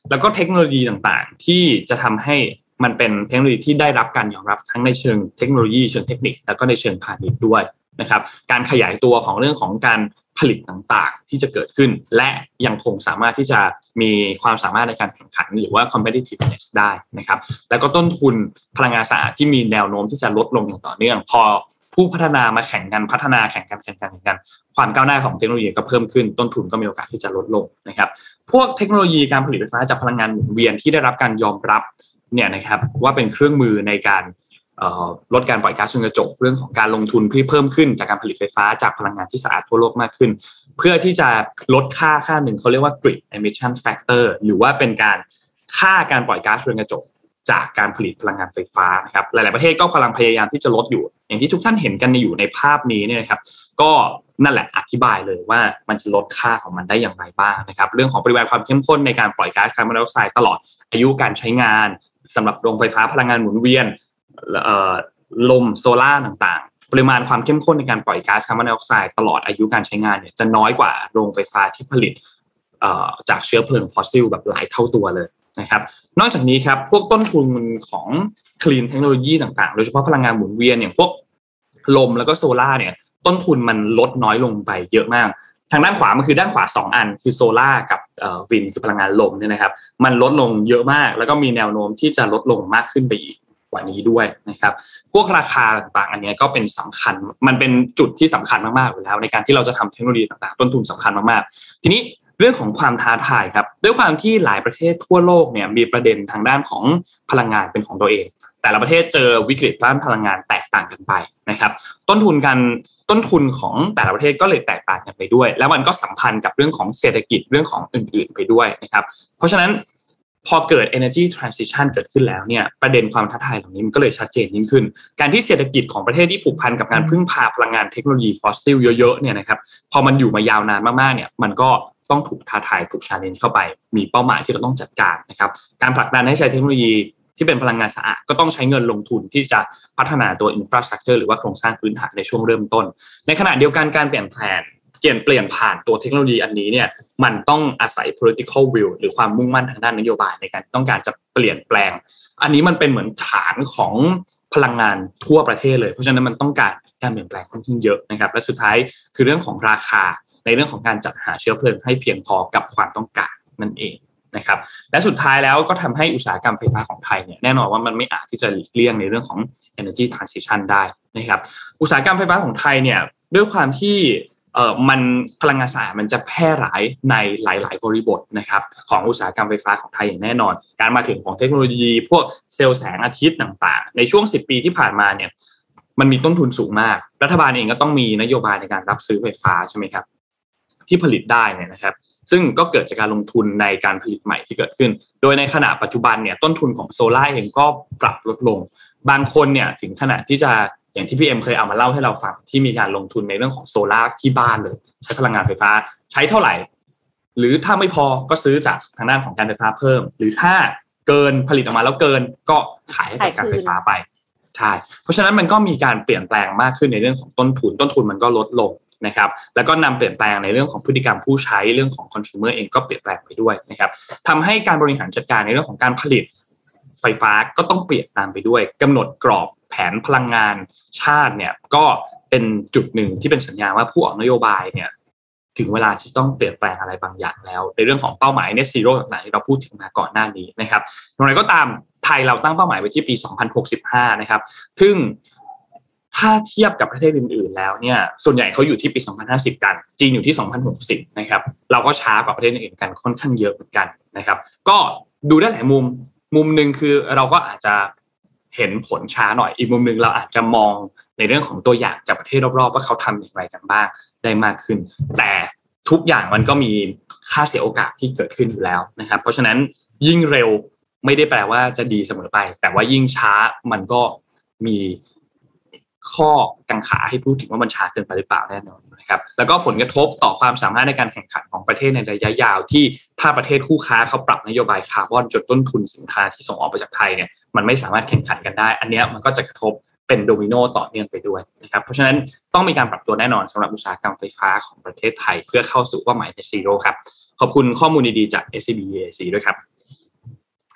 แล้วก็เทคโนโลยีต่างๆที่จะทำให้มันเป็นเทคโนโลยีที่ได้รับการยอมรับทั้งในเชิงเทคโนโลยีเชิงเทคนิคแล้วก็ในเชิงพาณิชย์ด้วยนะครับการขยายตัวของเรื่องของการผลิตต่างๆที่จะเกิดขึ้นและยังคงสามารถที่จะมีความสามารถในการแข่งขันหรือว่า competitiveness ได้นะครับแล้วก็ต้นทุนพลังงานสะอาดที่มีแนวโน้มที่จะลดลงอย่างต่อเนื่องพอผู้พัฒนามาแข่งกันพัฒนาแข่งกันแข่งกันแข่งกันความก้าวหน้าของเทคโนโลยีก็เพิ่มขึ้นต้นทุนก็มีโอกาสที่จะลดลงนะครับพวกเทคโนโลยีการผลิตไฟฟ้าจากพลังงานหมุนเวียนที่ได้รับการยอมรับเนี่ยนะครับว่าเป็นเครื่องมือในการลดการปล่อยก๊าซเรือนกระจกเรื่องของการลงทุนที่เพิ่มขึ้นจากการผลิตไฟฟ้าจากพลังงานที่สะอาดทั่วโลกมากขึ้นเพื่อที่จะลดค่าค่าหนึ่งเขาเรียกว่า grid emission factor หรือว่าเป็นการค่าการปล่อยก๊าซเรือนกระจกจากการผลิตพลังงานไฟฟ้านะครับหลายๆประเทศก็กำลังพยายามที่จะลดอยู่อย่างที่ทุกท่านเห็นกันอยู่ในภาพนี้เนี่ยนะครับก็นั่นแหละอธิบายเลยว่ามันจะลดค่าของมันได้อย่างไรบ้างนะครับเรื่องของปริมาณความเข้มข้นในการปล่อยก๊าซคาร์บอนไดออกไซด์ตลอดอายุการใช้งานสำหรับโรงไฟฟ้าพลังงานหมุนเวียนลมโซล่าต่างๆปริมาณความเข้มข้นในการปล่อยก๊าซคาร์บอนไดออกไซด์ตลอดอายุการใช้งานเนี่ยจะน้อยกว่าโรงไฟฟ้าที่ผลิตจากเชื้อเพลิงฟอสซิลแบบหลายเท่าตัวเลยนะครับนอกจากนี้ครับพวกต้นทุนของคลีนเทคโนโลยีต่างๆโดยเฉพาะพลังงานหมุนเวียนอย่างพวกลมแล้วก็โซล่าเนี่ยต้นทุนมันลดน้อยลงไปเยอะมากทางด้านขวามันคือด้านขวาสองอันคือโซล่ากับเอ่อวินคือพลังงานลมเนี่ยนะครับมันลดลงเยอะมากแล้วก็มีแนวโน้มที่จะลดลงมากขึ้นไปอีกกว่านี้ด้วยนะครับพวกราคาต่างๆอันนี้ก็เป็นสำคัญมันเป็นจุดที่สำคัญมากๆอยู่แล้วในการที่เราจะทำเทคโนโลยีต่างๆต้นทุนสำคัญมากๆทีนี้เรื่องของความท้าทายครับด้วยความที่หลายประเทศทั่วโลกเนี่ยมีประเด็นทางด้านของพลังงานเป็นของตัวเองแต่ละประเทศเจอวิกฤตด้านพลังงานแตกต่างกันไปนะครับต้นทุนกันต้นทุนของแต่ละประเทศก็เลยแตกต่างกันไปด้วยแล้วมันก็สัมพันธ์กับเรื่องของเศรษฐกิจเรื่องของอื่นๆไปด้วยนะครับเพราะฉะนั้นพอเกิด energy transition เกิดขึ้นแล้วเนี่ยประเด็นความท้าทายเหล่านี้มันก็เลยชัดเจนยิ่งขึ้นการที่เศรษฐกิจของประเทศที่ผูกพันกับการพึ่งพาพลังงานเทคโนโลยีฟอสซิลเยอะๆเนี่ยนะครับพอมันอยู่มายาวนานมากๆเนี่ยมันก็ต้องถูกท้าทายถูก challenge เข้าไปมีเป้าหมายที่เราต้องจัดการนะครับการผลักดันให้ใช้เทคโนโลยีที่เป็นพลังงานสะอาดก็ต้องใช้เงินลงทุนที่จะพัฒนาตัว infrastructure หรือว่าโครงสร้างพื้นฐานในช่วงเริ่มต้นในขณะเดียวกันการเปลี่ยนแปลงเปลี่ยนเปลี่ยนผ่านตัวเทคโนโลยีอันนี้เนี่ยมันต้องอาศัย political will หรือความมุ่งมั่นทางด้านนโยบายในการต้องการจะเปลี่ยนแปลงอันนี้มันเป็นเหมือนฐานของพลังงานทั่วประเทศเลยเพราะฉะนั้นมันต้องการการเปลี่ยนแปลงค่อนข้างเยอะนะครับและสุดท้ายคือเรื่องของราคาในเรื่องของการจัดหาเชื้อเพลิงให้เพียงพอกับความต้องการนั่นเองนะครับและสุดท้ายแล้วก็ทำให้อุตสาหกรรมไฟฟ้าของไทยเนี่ยแน่นอนว่ามันไม่อาจที่จะหลีกเลี่ยงในเรื่องของ energy transition ได้นะครับอุตสาหกรรมไฟฟ้าของไทยเนี่ยด้วยความที่เอ่อมันพลังงานสะอาดมันจะแพร่หลายในหลายๆบริบทนะครับของอุตสาหกรรมไฟฟ้าของไทยอย่างแน่นอนการมาถึงของเทคโนโลยีพวกเซลล์แสงอาทิตย์ต่างๆในช่วงสิบปีที่ผ่านมาเนี่ยมันมีต้นทุนสูงมากรัฐบาลเองก็ต้องมีนโยบายในการรับซื้อไฟฟ้าใช่ไหมครับที่ผลิตได้เนี่ยนะครับซึ่งก็เกิดจากการลงทุนในการผลิตใหม่ที่เกิดขึ้นโดยในขณะปัจจุบันเนี่ยต้นทุนของโซล่าเองก็ปรับลดลงบางคนเนี่ยถึงขนาดที่จะอย่างที่พี่เอ็มเคยเอามาเล่าให้เราฟังที่มีการลงทุนในเรื่องของโซล่าที่บ้านเลยใช้พลังงานไฟฟ้าใช้เท่าไหร่หรือถ้าไม่พอก็ซื้อจากทางด้านของการไฟฟ้าเพิ่มหรือถ้าเกินผลิตออกมาแล้วเกินก็ขายให้กับการไฟฟ้าไปใช่เพราะฉะนั้นมันก็มีการเปลี่ยนแปลงมากขึ้นในเรื่องของต้นทุนต้นทุนมันก็ลดลงนะครับแล้วก็นำเปลี่ยนแปลงในเรื่องของพฤติกรรมผู้ใช้เรื่องของคอน sumer เองก็เปลี่ยนแปลงไปด้วยนะครับทำให้การบริหารจัดการในเรื่องของการผลิตไฟฟ้าก็ต้องเปลี่ยนตามไปด้วยกำหนดกรอบแผนพลังงานชาติเนี่ยก็เป็นจุดหนึ่งที่เป็นสัญญาณว่าผู้ออกนโยบายเนี่ยถึงเวลาที่ต้องเปลี่ยนแปลงอะไรบางอย่างแล้วในเรื่องของเป้าหมาย net zero ต่างๆที่เราพูดถึงมาก่อนหน้านี้นะครับอย่างไรก็ตามไทยเราตั้งเป้าหมายไว้ที่ปีสองพันหกสิบห้านะครับซึ่งถ้าเทียบกับประเทศอื่นๆแล้วเนี่ยส่วนใหญ่เขาอยู่ที่ปีสองพันห้าสิบกันจีนอยู่ที่สองพันหกสิบนะครับเราก็ช้ากว่าประเทศอื่นกันค่อนข้างเยอะเหมือนกันนะครับก็ดูได้หลายมุมมุมนึงคือเราก็อาจจะเห็นผลช้าหน่อยอีกมุมนึงเราอาจจะมองในเรื่องของตัวอย่างจากประเทศรอบๆว่าเขาทำอย่างไรกันบ้างได้มากขึ้นแต่ทุกอย่างมันก็มีค่าเสียโอกาสที่เกิดขึ้นอยู่แล้วนะครับเพราะฉะนั้นยิ่งเร็วไม่ได้แปลว่าจะดีเสมอไปแต่ว่ายิ่งช้ามันก็มีข้อกังขาให้พูดถึงว่ามันช้าเกินไปหรือเปล่าแน่นอนนะครับแล้วก็ผลกระทบต่อความสามารถในการแข่งขันของประเทศในระยะยาวที่ถ้าประเทศคู่ค้าเขาปรับนโยบายคาร์บอนจนต้นทุนสินค้าที่ส่งออกไปจากไทยเนี่ยมันไม่สามารถแข่งขันกันได้อันนี้มันก็จะกระทบเป็นโดมิโนต่อเนื่องไปด้วยนะครับเพราะฉะนั้นต้องมีการปรับตัวแน่นอนสำหรับอุตสาหกรรมไฟฟ้าของประเทศไทยเพื่อเข้าสู่เป้าหมาย Net Zero ครับขอบคุณข้อมูลดีๆจาก เอส ซี บี อี เอ ซี ด้วยครับ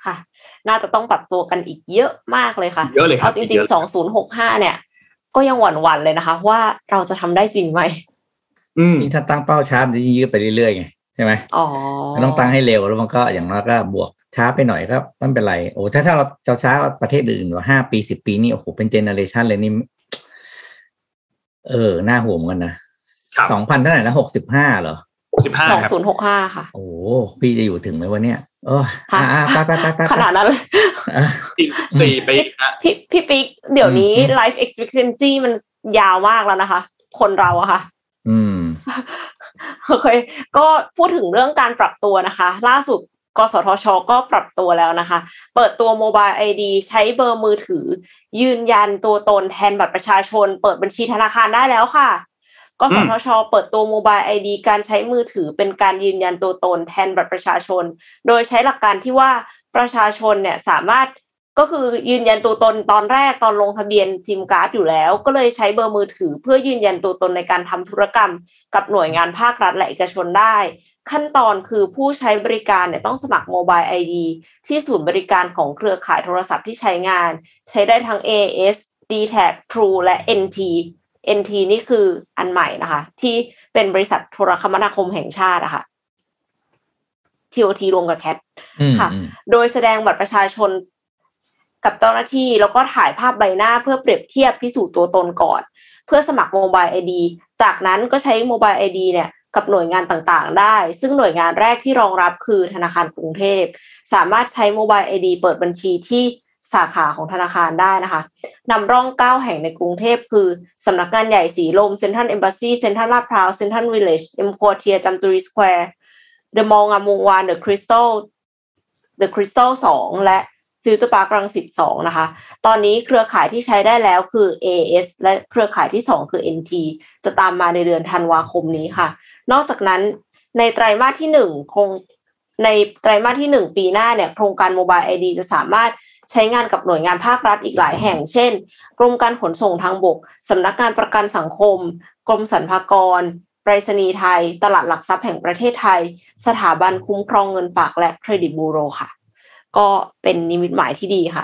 ค่ะน่าจะต้องปรับตัวกันอีกเยอะมากเลยค่ะเยอะเลยครับเอาจริงๆสองพันหกสิบห้าเนี่ยก็ยังหวั่นๆเลยนะคะว่าเราจะทำได้จริงไหมอืมนี่ถ้าตั้งเป้าช้ามันจะยืดไปเรื่อยๆไงใช่ไหมอ๋อมันต้องตั้งให้เร็วแล้วมันก็อย่างน้อยก็บวกช้าไปหน่อยก็ไม่เป็นไรโอ้ถ้าถ้าเราจะช้าประเทศอื่นว่าห้าปีสิบปีนี่โอ้โหเป็นเจเนอเรชันเลยนี่เออน่าห่วงกันนะสองพันเท่าไหร่นะหกสิบห้าเหรอหกสิบห้าสองศูนย์หกห้าค่ะโอ้พี่จะอยู่ถึงไหมวะเนี่ยโอ้อ่าไปไปไปขนาดนั้นเลยสี่ปีนะพี่พี่ปิ๊กเดี๋ยวนี้ life expectancy มันยาวมากแล้วนะคะคนเราอะค่ะอืมโอเคก็พูดถึงเรื่องการปรับตัวนะคะล่าสุดกสทช.ก็ปรับตัวแล้วนะคะเปิดตัว Mobile ไอ ดี ใช้เบอร์มือถือยืนยันตัวตนแทนบัตรประชาชนเปิดบัญชีธนาคารได้แล้วค่ะกสทช.เปิดตัว Mobile ไอ ดี การใช้มือถือเป็นการยืนยันตัวตนแทนบัตรประชาชนโดยใช้หลักการที่ว่าประชาชนเนี่ยสามารถก็คือยืนยันตัวตนตอนแรกตอนลงทะเบียนซิมการ์ดอยู่แล้วก็เลยใช้เบอร์มือถือเพื่อยืนยันตัวตนในการทำธุรกรรมกับหน่วยงานภาครัฐและเอกชนได้ขั้นตอนคือผู้ใช้บริการเนี่ยต้องสมัคร Mobile ไอ ดี ที่ศูนย์บริการของเครือข่ายโทรศัพท์ที่ใช้งานใช้ได้ทั้ง เอ เอส ดี แท็ก True และ เอ็น ที เอ็น ที นี่คืออันใหม่นะคะที่เป็นบริษัทโทรคมนาคมแห่งชาติอะค่ะ ที โอ ที รวมกับ แคท ค่ะโดยแสดงบัตรประชาชนกับเจ้าหน้าที่แล้วก็ถ่ายภาพใบหน้าเพื่อเปรียบเทียบพิสูจน์ตัวตนก่อนเพื่อสมัคร Mobile ไอ ดี จากนั้นก็ใช้ Mobile ไอ ดี เนี่ยกับหน่วยงานต่างๆได้ซึ่งหน่วยงานแรกที่รองรับคือธนาคารกรุงเทพสามารถใช้ Mobile ไอ ดี เปิดบัญชีที่สาขาของธนาคารได้นะคะนำร่องเก้าแห่งในกรุงเทพคือสำนักงานใหญ่สีลมเซ็นทรัลเอมบาซีเซ็นทรัลลาดพร้าวเซ็นทรัลวิลเลจเอ็มควอเทียจามจุรีสแควร์เดอะมอลล์งามวงวานเดอะคริสตัลเดอะคริสตัลสองและฟิวเจอร์พาร์ครังสิตสองนะคะตอนนี้เครือข่ายที่ใช้ได้แล้วคือ เอ เอส และเครือข่ายที่สองคือ เอ็น ที จะตามมาในเดือนธันวาคมนี้ค่ะนอกจากนั้นในไตรมาสที่หนึ่งคงในไตรมาสที่หนึ่งปีหน้าเนี่ยโครงการ Mobile ไอ ดี จะสามารถใช้งานกับหน่วยงานภาครัฐอีกหลายแห่งเช่นกรมการขนส่งทางบกสำนักงานประกันสังคมกรมสรรพากรไปรษณีย์ไทยตลาดหลักทรัพย์แห่งประเทศไทยสถาบันคุ้มครองเงินฝากและเครดิตบูโรค่ะก็เป็นนิมิตหมายที่ดีค่ะ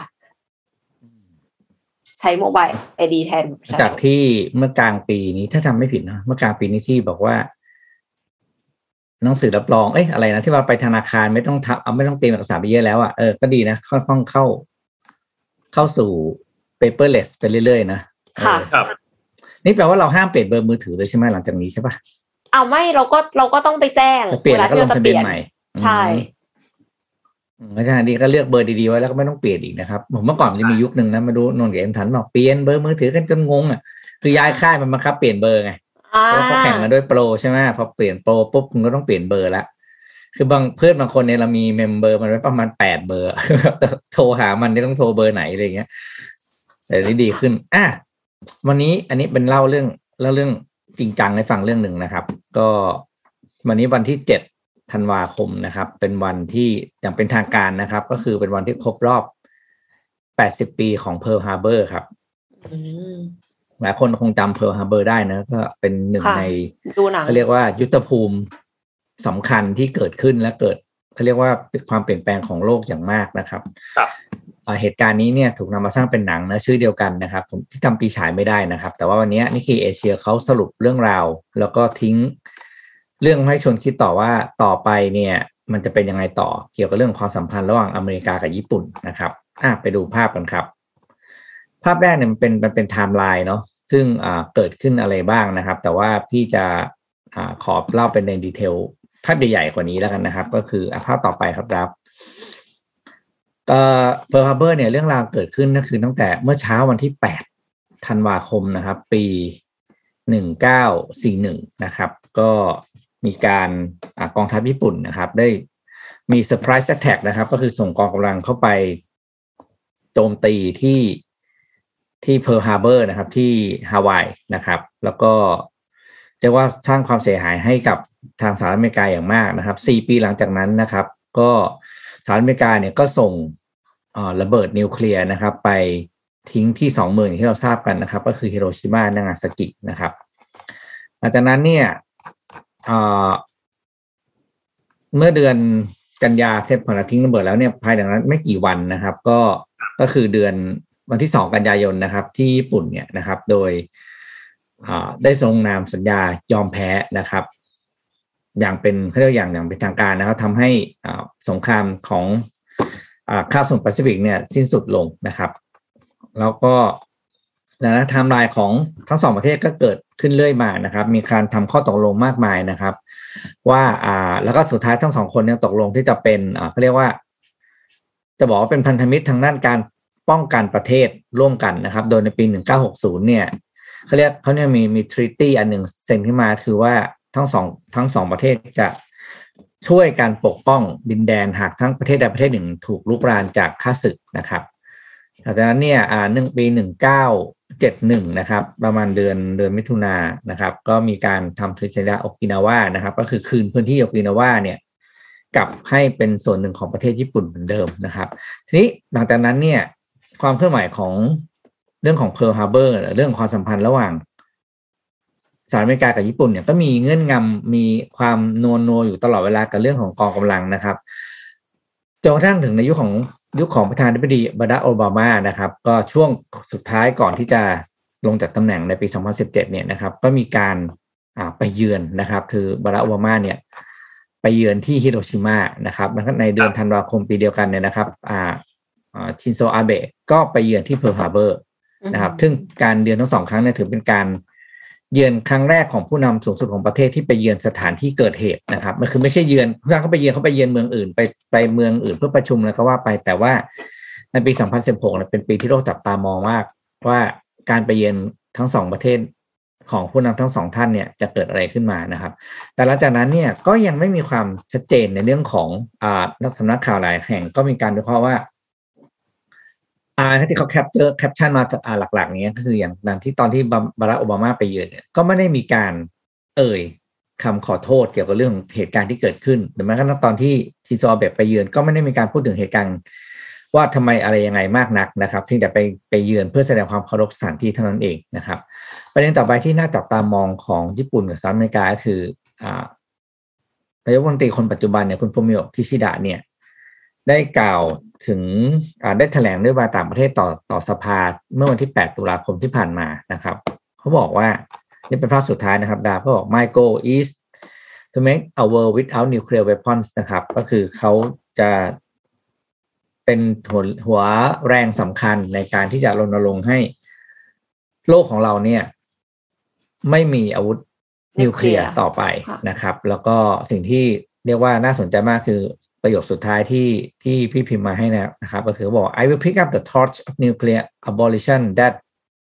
ใช้ Mobile ไอ ดี แทนจากที่เมื่อกลางปีนี้ถ้าทำไม่ผิดนะเมื่อกลางปีนี้ที่บอกว่าหนังสือรับรองเอ้ยอะไรนะที่ว่าไปธนาคารไม่ต้องทับเอาไม่ต้องเตรียมเอกสารไปเยอะแล้วอ่ะเออก็ดีนะค่อยๆเข้าเข้าสู่ paperless ไปเรื่อยๆนะค่ะครับนี่แปลว่าเราห้ามเปลี่ยนเบอร์มือถือเลยใช่ไหมหลังจากนี้ใช่ป่ะเอาไม่เราก็เราก็ต้องไปแจ้งเวลาที่เราจะเปลี่ยนใหม่ใช่อาจารย์ดีก็เลือกเบอร์ดีๆไว้แล้วก็ไม่ต้องเปลี่ยนอีกนะครับผมเมื่อก่อนจะมียุคนึงนะมาดูนนท์กับเอ็มทันบอกเปลี่ยนเบอร์มือถือกันจนงงอ่ะคือย้ายค่ายมันบังคับเปลี่ยนเบอร์ไงเพราะเขาแข่งกันด้วยโปรใช่ไหมพอเปลี่ยนโปรปุ๊บคุณก็ต้องเปลี่ยนเบอร์ละคือบางเพื่อนบางคนเนี่ยเรามีเมมเบอร์มันไว้ประมาณแปดเบอร์โทรหามันจะต้องโทรเบอร์ไหนอะไรเงี้ยแต่นี่ดีขึ้นอ่ะวันนี้อันนี้เป็นเล่าเรื่องเล่าเรื่องจริงจังให้ฟังเรื่องหนึ่งนะครับก็วันนี้วันที่เจ็ดธันวาคมนะครับเป็นวันที่อย่างเป็นทางการนะครับก็คือเป็นวันที่ครบรอบแปดสิบปีของ Pearl Harbor ครับหลายคนคงจำ Pearl Harbor ได้นะก็เป็นหนึ่งในเขาเรียกว่ายุทธภูมิสำคัญที่เกิดขึ้นและเกิดเขาเรียกว่าความเปลี่ยนแปลงของโลกอย่างมากนะครับเหตุการณ์นี้เนี่ยถูกนำมาสร้างเป็นหนังนะชื่อเดียวกันนะครับผมที่ทำปีฉายไม่ได้นะครับแต่ว่าวันนี้นิกกี้เอเชียเขาสรุปเรื่องราวแล้วก็ทิ้งเรื่องให้ชวนคิดต่อว่าต่อไปเนี่ยมันจะเป็นยังไงต่อเกี่ยวกับเรื่องความสัมพันธ์ระหว่างอเมริกากับญี่ปุ่นนะครับอ่ะไปดูภาพกันครับภาพแรกเนี่ยมันเป็นมันเป็นไทม์ไลน์เนาะซึ่งอ่าเกิดขึ้นอะไรบ้างนะครับแต่ว่าพี่จะอ่าขอเล่าเป็นในดีเทลภาพใหญ่ๆกว่านี้แล้วกันนะครับก็คือภาพต่อไปครับครับเอ่อ Pearl Harbor เนี่ยเรื่องราวเกิดขึ้นก็คือตั้งแต่เมื่อเช้าวันที่แปดธันวาคมนะครับปีหนึ่งเก้าสี่หนึ่งนะครับก็มีการกองทัพญี่ปุ่นนะครับได้มี surprise attack นะครับก็คือส่งกองกำลังเข้าไปโจมตีที่ที่ Pearl Harbor นะครับที่ฮาวายนะครับแล้วก็จะว่าสร้างความเสียหายให้กับทางสหรัฐอเมริกาอย่างมากนะครับสี่ปีหลังจากนั้นนะครับก็สหรัฐอเมริกาเนี่ยก็ส่งระเบิดนิวเคลียร์นะครับไปทิ้งที่สองเมืองอย่างที่เราทราบกันนะครับก็คือฮิโรชิมา นางาซากินะครับหลังจากนั้นเนี่ยเมื่อเดือนกันยาเทปพอทิ้งระเบิดแล้วเนี่ยภายหลังนั้นไม่กี่วันนะครับก็ก็คือเดือนวันที่สองกันยายนนะครับที่ญี่ปุ่นเนี่ยนะครับโดยได้ทรงนามสัญญายอมแพ้นะครับอย่างเป็นเขาเรียกอย่างอย่างเป็นทางการนะครับทำให้สงครามของคาบสมุทรแปซิฟิกเนี่ยสิ้นสุดลงนะครับแล้วก็นะไทม์ไลน์ของทั้งสองประเทศก็เกิดขึ้นเรื่อยมานะครับมีการทำข้อตกลงมากมายนะครับว่าอ่าแล้วก็สุดท้ายทั้งสองคนเนี่ยตกลงที่จะเป็นอ่าเขาเรียกว่าจะบอกว่าเป็นพันธมิตรทางด้านการป้องกันประเทศร่วมกันนะครับโดยในปีหนึ่งเก้าหกศูนย์เนี่ยเขาเรียกเขาเนี่ยมีมีทรีตี้อันหนึ่งเซ็นขึ้นมาคือว่าทั้งสองทั้งสองประเทศจะช่วยการปกป้องดินแดนหากทั้งประเทศใดประเทศหนึ่งถูกลุกรานจากข้าศึกนะครับหลังจากนั้นเนี่ยอ่าหนึ่งปีหนึ่งเก้าเจ็ดหนึ่งนะครับประมาณเดือนเดือนมิถุนายนนะครับก็มีการทำสัญญาโอกินาวานะครับก็คือคืนพื้นที่โอกินาวาเนี่ยกลับให้เป็นส่วนหนึ่งของประเทศญี่ปุ่นเหมือนเดิมนะครับทีนี้หลังจากนั้นเนี่ยความเคลื่อนไหวของเรื่องของเพิร์ลฮาร์เบอร์เรื่องความสัมพันธ์ระหว่างสหรัฐอเมริกากับญี่ปุ่นเนี่ยก็มีเงื่อนงำมีความโนโนอยู่ตลอดเวลากับเรื่องของกองกำลังนะครับจนกระทั่งถึงในยุคของยุคของประธานาธิบดีบารัก โอบามานะครับก็ช่วงสุดท้ายก่อนที่จะลงจากตำแหน่งในปีสองพันสิบเจ็ดเนี่ยนะครับก็มีการอ่าไปเยือนนะครับคือบารัก โอบามาเนี่ยไปเยือนที่ฮิโรชิมานะครับในเดือนธันวาคมปีเดียวกันเนี่ยนะครับอ่าอ่าชินโซอาเบะก็ไปเยือนที่เพิร์ลฮาร์เบอร์นะครับซึ่งการเยือนทั้งสองครั้งเนี่ยถือเป็นการเยือนครั้งแรกของผู้นำสูงสุดของประเทศที่ไปเยือนสถานที่เกิดเหตุนะครับมันคือไม่ใช่เยือนเพื่อเขาไปเยือนเขาไปเยือนเมืองอื่นไปไปเมืองอื่นเพื่อประชุมแล้วก็ว่าไปแต่ว่าในปีสองพันสิบหกเนี่ยเป็นปีที่โลกจับตามองมากว่าการไปเยือนทั้งสองประเทศของผู้นำทั้งสองท่านเนี่ยจะเกิดอะไรขึ้นมานะครับแต่หลังจากนั้นเนี่ยก็ยังไม่มีความชัดเจนในเรื่องของอ่านักสำนักข่าวหลายแห่งก็มีการวิเคราะห์ว่าอ่าที่เขาแคปเจอร์แคปชั่นมาอ่าหลักๆเนี้ยก็คืออย่างนั้นที่ตอนที่บารัก โอบามาไปเยือนเนี่ยก็ไม่ได้มีการเอ่ยคำขอโทษเกี่ยวกับเรื่องเหตุการณ์ที่เกิดขึ้นหรือแม้กระทั่งตอนที่ชินโซอาเบะไปเยือนก็ไม่ได้มีการพูดถึงเหตุการณ์ว่าทำไมอะไรยังไงมากนักนะครับเพียงแต่ไปไปเยือนเพื่อแสดงความเคารพสถานที่เท่านั้นเองนะครับประเด็นต่อไปที่น่าจับตามองของญี่ปุ่นกับสหรัฐอเมริกาก็คืออ่านายกรัฐมนตรีคนปัจจุบันเนี่ยคุณฟูมิโอะ คิชิดะเนี่ยได้กล่าวถึงได้แถลงด้วยวาต่างประเทศต่อต่อสภาเมื่อวันที่แปดตุลาคมที่ผ่านมานะครับเขาบอกว่านี่เป็นภาพสุดท้ายนะครับดาเขาบอก My goal is to make a world without nuclear weapons นะครับก็คือเขาจะเป็นหัวหัวแรงสำคัญในการที่จะรณรงค์ให้โลกของเราเนี่ยไม่มีอาวุธนิวเคลียร์ต่อไปนะครับแล้วก็สิ่งที่เรียกว่าน่าสนใจมากคือประโยคสุดท้ายที่ที่พี่พิมพ์มาให้นะครับก็คือบอก I will pick up the torch of nuclear abolition that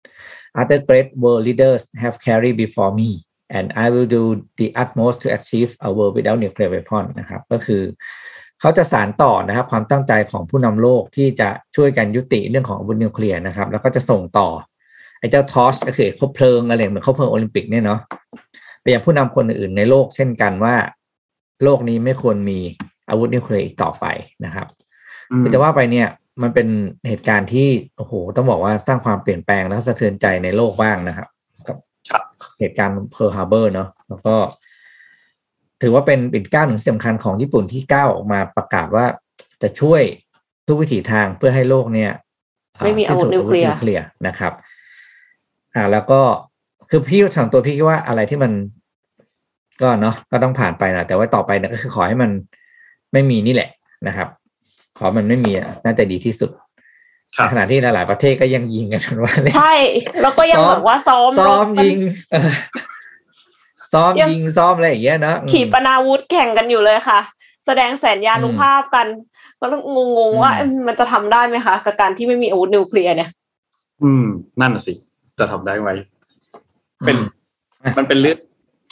other great world leaders have carried before me and I will do the utmost to achieve a world without nuclear weapon นะครับก็คือเขาจะสานต่อนะครับความตั้งใจของผู้นำโลกที่จะช่วยกันยุติเรื่องของอาวุธนิวเคลียร์นะครับแล้วก็จะส่งต่อไอ้เจ้าทอร์ชก็คือคบเพลิงอะไรเหมือนคบเพลิงโอลิมปิกเนี่ยเนาะไปยังผู้นำคนอื่นในโลกเช่นกันว่าโลกนี้ไม่ควรมีอาวุธนิวเคลียร์อีกต่อไปนะครับแต่ว่าไปเนี่ยมันเป็นเหตุการณ์ที่โอ้โหต้องบอกว่าสร้างความเปลี่ยนแปลงและสะเทือนใจในโลกบ้างนะครับกับเหตุการณ์เพิร์ลฮาร์เบอร์เนาะแล้วก็ถือว่าเป็นเป็นก้าวหนึ่งสำคัญของญี่ปุ่นที่ก้าวออกมาประกาศว่าจะช่วยทุกวิถีทางเพื่อให้โลกเนี่ยไม่มีอาวุธนิวเคลียร์นะครับอ่าแล้วก็คือพี่ทางตัวพี่คิดว่าอะไรที่มันก็เนาะก็ต้องผ่านไปนะแต่ว่าต่อไปเนี่ยก็คือขอให้มันไม่มีนี่แหละนะครับขอมันไม่มีน่าจะดีที่สุดขณะที่หลายๆประเทศก็ยังยิงกันว่าใช่แล้วก็ยังแบบว่าซ้อมซ้อมยิงซ้อมยิงซ้อมอะไรอย่างเงี้ยนะขีปนาวุธแข่งกันอยู่เลยค่ะแสดงแสนยานุภาพกันก็งงๆว่ามันจะทำได้ไหมคะกับการที่ไม่มีอาวุธนิวเคลียร์เนี่ยอืมนั่นน่ะสิจะทำได้ไหมเป็นมันเป็นเรื่อง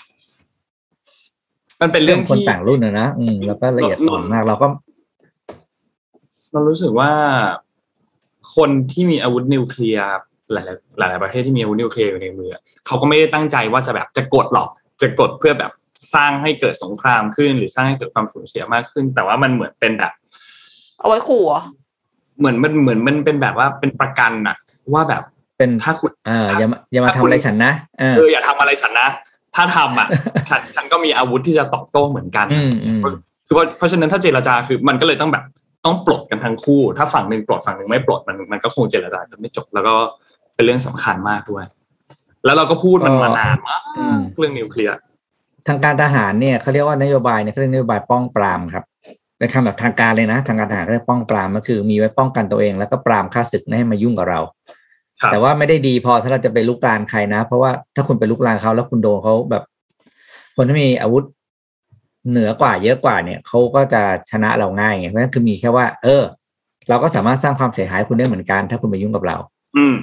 มันเป็นเรื่องคนต่างรุ่นนะนะอืมแล้วก็ละเอียดอ่อนมากเราก็เรารู้สึกว่าคนที่มีอาวุธนิวเคลียร์หลายๆหลายๆประเทศที่มีอาวุธนิวเคลียร์อยู่ในมือเขาก็ไม่ได้ตั้งใจว่าจะแบบจะกดหรอกจะกดเพื่อแบบสร้างให้เกิดสงครามขึ้นหรือสร้างให้เกิดความสูญเสียมากขึ้นแต่ว่ามันเหมือนเป็นแบบเอาไว้ขู่เหมือนมันเหมือนมันเป็นแบบว่าเป็นประกันอะว่าแบบเป็นถ้าคุณเอออย่าอย่ามาทำอะไรฉันนะเอออย่าทำอะไรฉันนะถ้าทำอ่ะฉันฉันก็มีอาวุธที่จะตอบโต้เหมือนกันคือเพราะเพราะฉะนั้นถ้าเจรจาคือมันก็เลยต้องแบบต้องปลดกันทั้งคู่ถ้าฝั่งนึงปลดฝั่งนึงไม่ปลดมันมันก็คงเจรจาจะไม่จบแล้วก็เป็นเรื่องสำคัญมากด้วยแล้วเราก็พูดมันมานานมากเรื่องนิวเคลียร์ทางการทหารเนี่ยเขาเรียกว่านโยบายเนี่ยเขาเรียกนโยบายป้องปรามครับในคำแบบทางการเลยนะทางการทหารเรียกป้องปรามก็คือมีไว้ป้องกันตัวเองแล้วก็ปรามข้าศึกไม่ให้มายุ่งกับเราแต่ว่าไม่ได้ดีพอถ้าเราจะไปลุกรานใครนะเพราะว่าถ้าคุณไปลุกรานเขาแล้วคุณโดนเขาแบบคนที่มีอาวุธเหนือกว่าเยอะกว่าเนี่ยเขาก็จะชนะเราง่ายไงเพราะฉะนั้นคือมีแค่ว่าเออเราก็สามารถสร้างความเสียหายคุณได้เหมือนกันถ้าคุณไปยุ่งกับเราอืม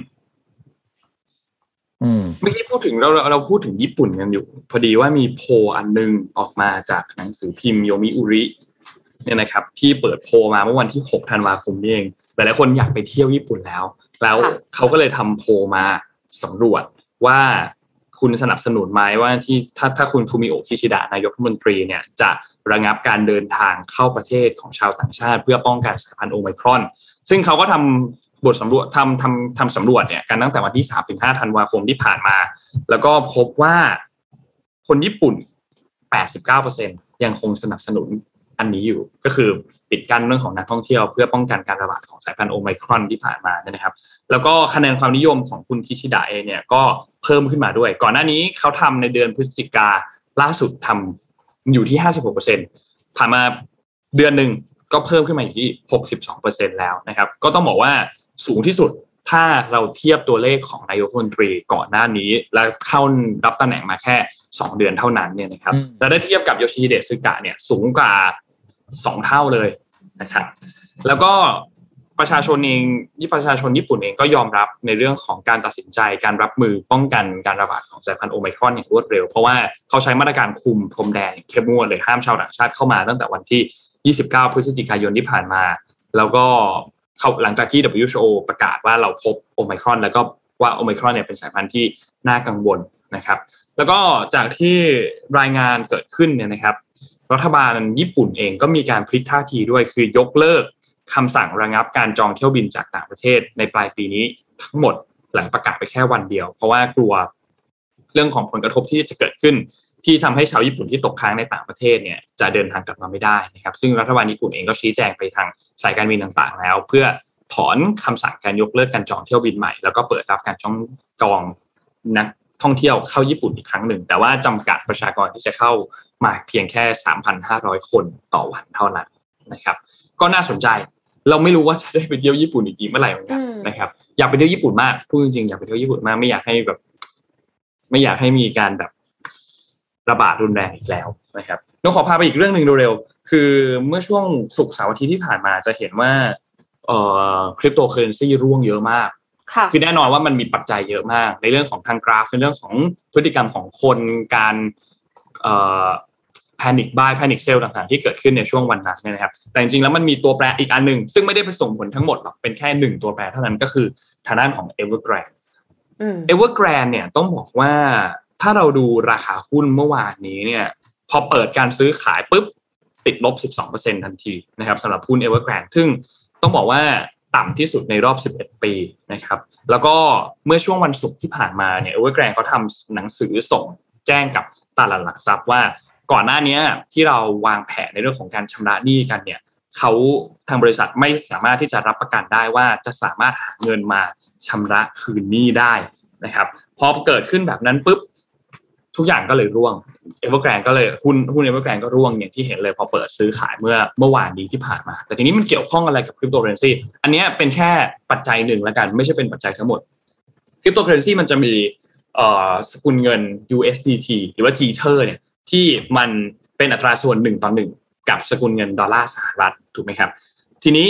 อืมเมื่อกี้พูดถึงเราเราพูดถึงญี่ปุ่นกันอยู่พอดีว่ามีโพลอันนึงออกมาจากหนังสือพิมพ์โยมิอุริเนี่ยนะครับที่เปิดโพลมาเมื่อวันที่หกธันวาคมนี่เองหลายๆคนอยากไปเที่ยวญี่ปุ่นแล้วแล้วเขาก็เลยทำโพลมาสำรวจว่าคุณสนับสนุนไหมว่าที่ถ้าถ้าคุณฟูมิโอะคิชิดะนายกรัฐมนตรีเนี่ยจะระงับการเดินทางเข้าประเทศของชาวต่างชาติเพื่อป้องกันสายพันธุ์โอไมครอนซึ่งเขาก็ทำบทสำรวจทำทำทำสำรวจเนี่ยกันตั้งแต่วันที่สามถึงห้าธันวาคมที่ผ่านมาแล้วก็พบว่าคนญี่ปุ่น แปดสิบเก้าเปอร์เซ็นต์ ยังคงสนับสนุนอันนี้อยู่ก็คือปิดกั้นเรื่องของนักท่องเที่ยวเพื่อป้องกันการระบาดของสายพันธุ์โอไมครอนที่ผ่านมานะครับแล้วก็คะแนนความนิยมของคุณคิชิดะเองเนี่ยก็เพิ่มขึ้นมาด้วยก่อนหน้านี้เขาทำในเดือนพฤศจิกาล่าสุดทำอยู่ที่ ห้าสิบหกเปอร์เซ็นต์ ผ่านมาเดือนนึงก็เพิ่มขึ้นมาอยู่ที่ หกสิบสองเปอร์เซ็นต์ แล้วนะครับก็ต้องบอกว่าสูงที่สุดถ้าเราเทียบตัวเลขของนายกรัฐมนตรีก่อนหน้านี้และเข้ารับตำแหน่งมาแค่สองเดือนเท่านั้นเนี่ยนะครับแล้วได้เทียบกับโยชิฮิเดะซึกะเนี่ยสูงกว่าสองเท่าเลยนะครับแล้วก็ประชาชนเองยี่ประชาชนญี่ปุ่นเองก็ยอมรับในเรื่องของการตัดสินใจการรับมือป้องกันการระบาดของสายพันธุ์โอไมครอนอย่างรวดเร็วเพราะว่าเขาใช้มาตรการคุมพรมแดนเข้มงวดเลยห้ามชาวต่างชาติเข้ามาตั้งแต่วันที่ยี่สิบเก้าพฤศจิกายนที่ผ่านมาแล้วก็เขาหลังจากที่ ดับเบิลยู เอช โอ ประกาศว่าเราพบโอไมครอนแล้วก็ว่าโอไมครอนเนี่ยเป็นสายพันธุ์ที่น่ากังวลนะครับแล้วก็จากที่รายงานเกิดขึ้นเนี่ยนะครับรัฐบาลญี่ปุ่นเองก็มีการพลิกท่าทีด้วยคือยกเลิกคำสั่งระงับการจองเที่ยวบินจากต่างประเทศในปลายปีนี้ทั้งหมดหลังประกาศไปแค่วันเดียวเพราะว่ากลัวเรื่องของผลกระทบที่จะเกิดขึ้นที่ทำให้ชาวญี่ปุ่นที่ตกค้างในต่างประเทศเนี่ยจะเดินทางกลับมาไม่ได้นะครับซึ่งรัฐบาลญี่ปุ่นเองก็ชี้แจงไปทางสายการบินต่างๆแล้วเพื่อถอนคำสั่งการยกเลิกการจองเที่ยวบินใหม่แล้วก็เปิดรับการจองจองนักท่องเที่ยวเข้าญี่ปุ่นอีกครั้งหนึ่งแต่ว่าจำกัดประชากรที่จะเข้ามาเพียงแค่ สามพันห้าร้อย คนต่อวันเท่านั้นนะครับก็น่าสนใจเราไม่รู้ว่าจะได้ไปเที่ยวญี่ปุ่นอีกกี่เมื่อไหร่เหมือนกันนะครับอยากไปเที่ยวญี่ปุ่นมากพูดจริงๆอยากไปเที่ยวญี่ปุ่นมากไม่อยากให้แบบไม่อยากให้มีการแบบระบาดรุนแรงอีกแล้วนะครับน้องขอพาไปอีกเรื่องนึงเร็วๆคือเมื่อช่วงศุกร์เสาร์อาทิตย์ที่ผ่านมาจะเห็นว่าเอ่อคริปโตเคอเรนซีร่วงเยอะมากคือแน่นอนว่ามันมีปัจจัยเยอะมากในเรื่องของทางกราฟในเรื่องของพฤติกรรมของคนการเอ่อpanic buy panic sell ต่างๆที่เกิดขึ้นในช่วงวันนั้นนะครับแต่จริงๆแล้วมันมีตัวแปรอีกอันนึงซึ่งไม่ได้ไปส่งผลทั้งหมดหรอกเป็นแค่หนึ่งตัวแปรเท่านั้นก็คือทางด้านของ Evergrande Evergrande เนี่ยต้องบอกว่าถ้าเราดูราคาหุ้นเมื่อวานนี้เนี่ยพอเปิดการซื้อขายปุ๊บติดลบ สิบสองเปอร์เซ็นต์ ทันทีนะครับสำหรับหุ้น Evergrande ซึ่งต้องบอกว่าต่ำที่สุดในรอบสิบเอ็ดปีนะครับแล้วก็เมื่อช่วงวันศุกร์ที่ผ่านมาเนี่ย Evergrande เขาทำหนังสือส่งแจ้งกับตลาดหลักทรัพย์ว่าก่อนหน้านี้ที่เราวางแผนในเรื่องของการชำระหนี้กันเนี่ยเขาทางบริษัทไม่สามารถที่จะรับประกันได้ว่าจะสามารถหาเงินมาชำระคืนหนี้ได้นะครับพอเกิดขึ้นแบบนั้นปุ๊บทุกอย่างก็เลยร่วง Evergrande ก็เลยหุ้นหุ้น Evergrande ก็ร่วงอย่างที่เห็นเลยพอเปิดซื้อขายเมื่อเมื่อวานนี้ที่ผ่านมาแต่ทีนี้มันเกี่ยวข้องอะไรกับคริปโตเคอเรนซีอันนี้เป็นแค่ปัจจัยหนึ่งละกันไม่ใช่เป็นปัจจัยทั้งหมดคริปโตเคอเรนซีมันจะมีเอ่อสกุลเงิน ยู เอส ดี ที หรือว่า Tether เนี่ยที่มันเป็นอัตราส่วนหนึ่งต่อหนึ่งกับสกุลเงินดอลลาร์สหรัฐถูกไหมครับทีนี้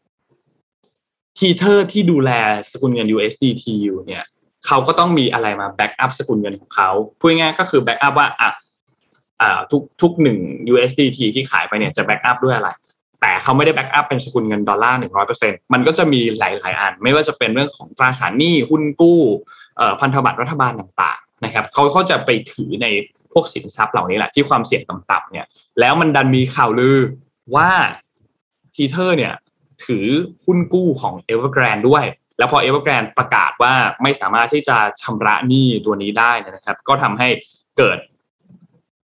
Tether ที่ดูแลสกุลเงิน ยู เอส ดี ที อยู่เนี่ยเขาก็ต้องมีอะไรมาแบ็กอัพสกุลเงินของเขาพูดง่ายๆก็คือแบ็กอัพว่าอ่ะอ่าทุกทุกหนึ่ง ยู เอส ดี ที ที่ขายไปเนี่ยจะแบ็กอัพด้วยอะไรแต่เขาไม่ได้แบ็กอัพเป็นสกุลเงินดอลลาร์ หนึ่งร้อยเปอร์เซ็นต์ มันก็จะมีหลายๆอันไม่ว่าจะเป็นเรื่องของตราสารหนี้หุ้นกู้เอ่อพันธบัตรรัฐบาลต่างๆนะครับเขาเขาจะไปถือในพวกสินทรัพย์เหล่านี้แหละที่ความเสี่ยงต่ำๆเนี่ยแล้วมันดันมีข่าวลือว่า Tether เนี่ยถือหุ้นกู้ของ Evergrande ด้วยแล้วพอ Evergrande ประกาศว่าไม่สามารถที่จะชำระหนี้ตัวนี้ได้นะครับก็ทำให้เกิด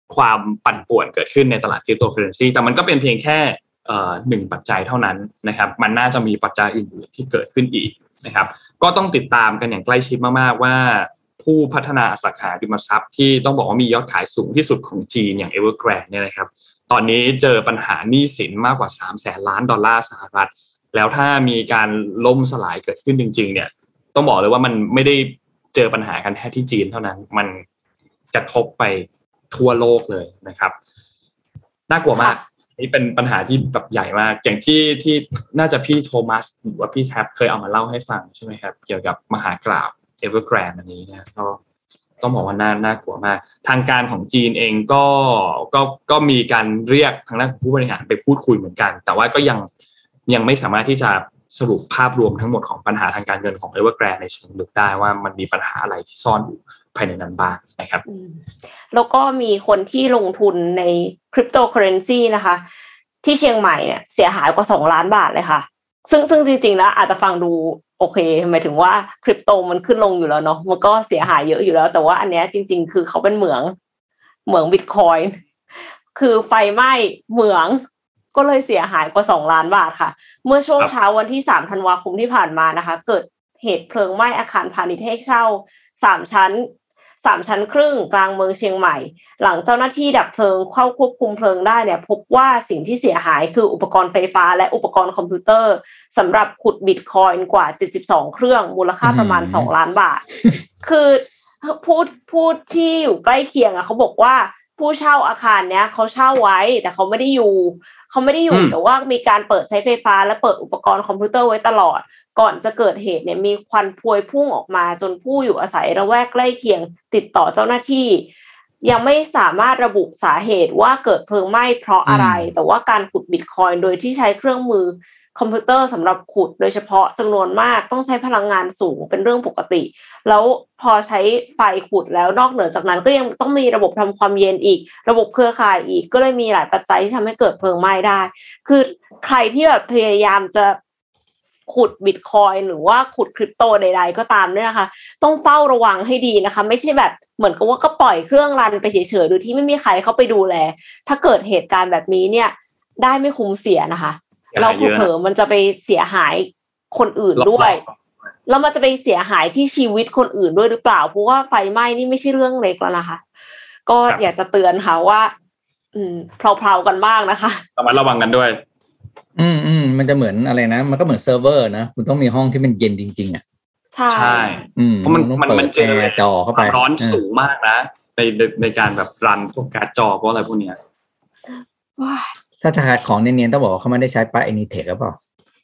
ความปั่นป่วนเกิดขึ้นในตลาดคริปโตเคอเรนซีแต่มันก็เป็นเพียงแค่เอ่อหนึ่งปัจจัยเท่านั้นนะครับมันน่าจะมีปัจจัยอื่นๆที่เกิดขึ้นอีกนะครับก็ต้องติดตามกันอย่างใกล้ชิดมากๆว่าผู้พัฒนาอสังหาริมทรัพย์ที่ต้องบอกว่ามียอดขายสูงที่สุดของจีนอย่าง Evergrande เนี่ยนะครับตอนนี้เจอปัญหาหนี้สินมากกว่าสามแสนล้านดอลลาร์สหรัฐแล้วถ้ามีการล่มสลายเกิดขึ้นจริงๆเนี่ยต้องบอกเลยว่ามันไม่ได้เจอปัญหากันแค่ที่จีนเท่านั้นมันกระทบไปทั่วโลกเลยนะครับน่ากลัวมากนี่เป็นปัญหาที่แบบใหญ่มากอย่างที่ที่น่าจะพี่โทมัสหรือว่าพี่แท็บเคยเอามาเล่าให้ฟังใช่ไหมครับเกี่ยวกับมหากราบ Evergrande อันนี้นะก็ต้องบอกว่าน่าน่ากลัวมากทางการของจีนเองก็ก็ก็มีการเรียกทางด้านผู้บริหารไปพูดคุยเหมือนกันแต่ว่าก็ยังยังไม่สามารถที่จะสรุปภาพรวมทั้งหมดของปัญหาทางการเงินของ Evergrande ในเชิงลึกได้ว่ามันมีปัญหาอะไรที่ซ่อนอยู่ภายในนั้นบ้างนะครับแล้วก็มีคนที่ลงทุนในคริปโตเคอเรนซีนะคะที่เชียงใหม่เนี่ยเสียหายกว่าสองล้านบาทเลยค่ะซึ่งซึ่งจริงๆแล้วอาจจะฟังดูโอเคหมายถึงว่าคริปโตมันขึ้นลงอยู่แล้วเนาะมันก็เสียหายเยอะอยู่แล้วแต่ว่าอันเนี้ยจริงๆคือเขาเป็นเหมืองเหมืองบิตคอยน์คือไฟไหม้เหมืองก็เลยเสียหายกว่าสองล้านบาทค่ะเมื่อช่วงเช้าวันที่สามธันวาคมที่ผ่านมานะคะเกิดเหตุเพลิงไหม้อาคารพาณิชย์ให้เช่าสามชั้นสามชั้นครึ่งกลางเมืองเชียงใหม่หลังเจ้าหน้าที่ดับเพลิงเข้าควบคุมเพลิงได้เนี่ยพบว่าสิ่งที่เสียหายคืออุปกรณ์ไฟฟ้าและอุปกรณ์คอมพิวเตอร์สำหรับขุดบิตคอยน์กว่าเจ็ดสิบสองเครื่องมูลค่าประมาณสองล้านบาท คือพูดพูดที่อยู่ใกล้เคียงอ่ะเขาบอกว่าผู้เช่าอาคารเนี้ยเขาเช่าไว้แต่เขาไม่ได้อยู่เขาไม่ได้อยู่แต่ว่ามีการเปิดใช้ไฟฟ้าและเปิดอุปกรณ์คอมพิวเตอร์ไว้ตลอดก่อนจะเกิดเหตุเนี่ยมีควันพวยพุ่งออกมาจนผู้อยู่อาศัยระแวกใกล้เคียงติดต่อเจ้าหน้าที่ยังไม่สามารถระบุสาเหตุว่าเกิดเพลิงไหม้เพราะอะไรแต่ว่าการขุดบิตคอยน์โดยที่ใช้เครื่องมือคอมพิวเตอร์สำหรับขุดโดยเฉพาะจำนวนมากต้องใช้พลังงานสูงเป็นเรื่องปกติแล้วพอใช้ไฟขุดแล้วนอกเหนือจากนั้นก็ยังต้องมีระบบทำความเย็นอีกระบบเครือข่ายอีกก็เลยมีหลายปัจจัยที่ทำให้เกิดเพลิงไหม้ได้คือใครที่แบบพยายามจะขุดบิตคอยน์หรือว่าขุดคริปโตใดๆก็ตามด้วยนะคะต้องเฝ้าระวังให้ดีนะคะไม่ใช่แบบเหมือนกับว่าก็ปล่อยเครื่องรันไปเฉยๆโดยที่ไม่มีใครเข้าไปดูแลถ้าเกิดเหตุการณ์แบบนี้เนี่ยได้ไม่คุ้มเสียนะคะเราเผลอๆมันจะไปเสียหายคนอื่นด้วยแล้วมันจะไปเสียหายที่ชีวิตคนอื่นด้วยหรือเปล่าเพราะว่าไฟไหม้นี่ไม่ใช่เรื่องเล็กแล้วนะคะก็อยากจะเตือนค่ะว่าอืมเพลาๆกันบ้างนะคะระมัดระวังกันด้วยอืมอืมมันจะเหมือนอะไรนะมันก็เหมือนเซิร์ฟเวอร์นะคุณต้องมีห้องที่มันเย็นจริงๆอ่ะใช่ใช่เพราะมันมันมันเจอจอเข้าไปร้อนสูงมากนะในในการแบบรันพวกการ์ดจอพวกอะไรพวกเนี้ยถ้าจะหาของเนียนๆต้องบอกว่าเขาไม่ได้ใช้ปลั๊ก Anytech หรือเปล่า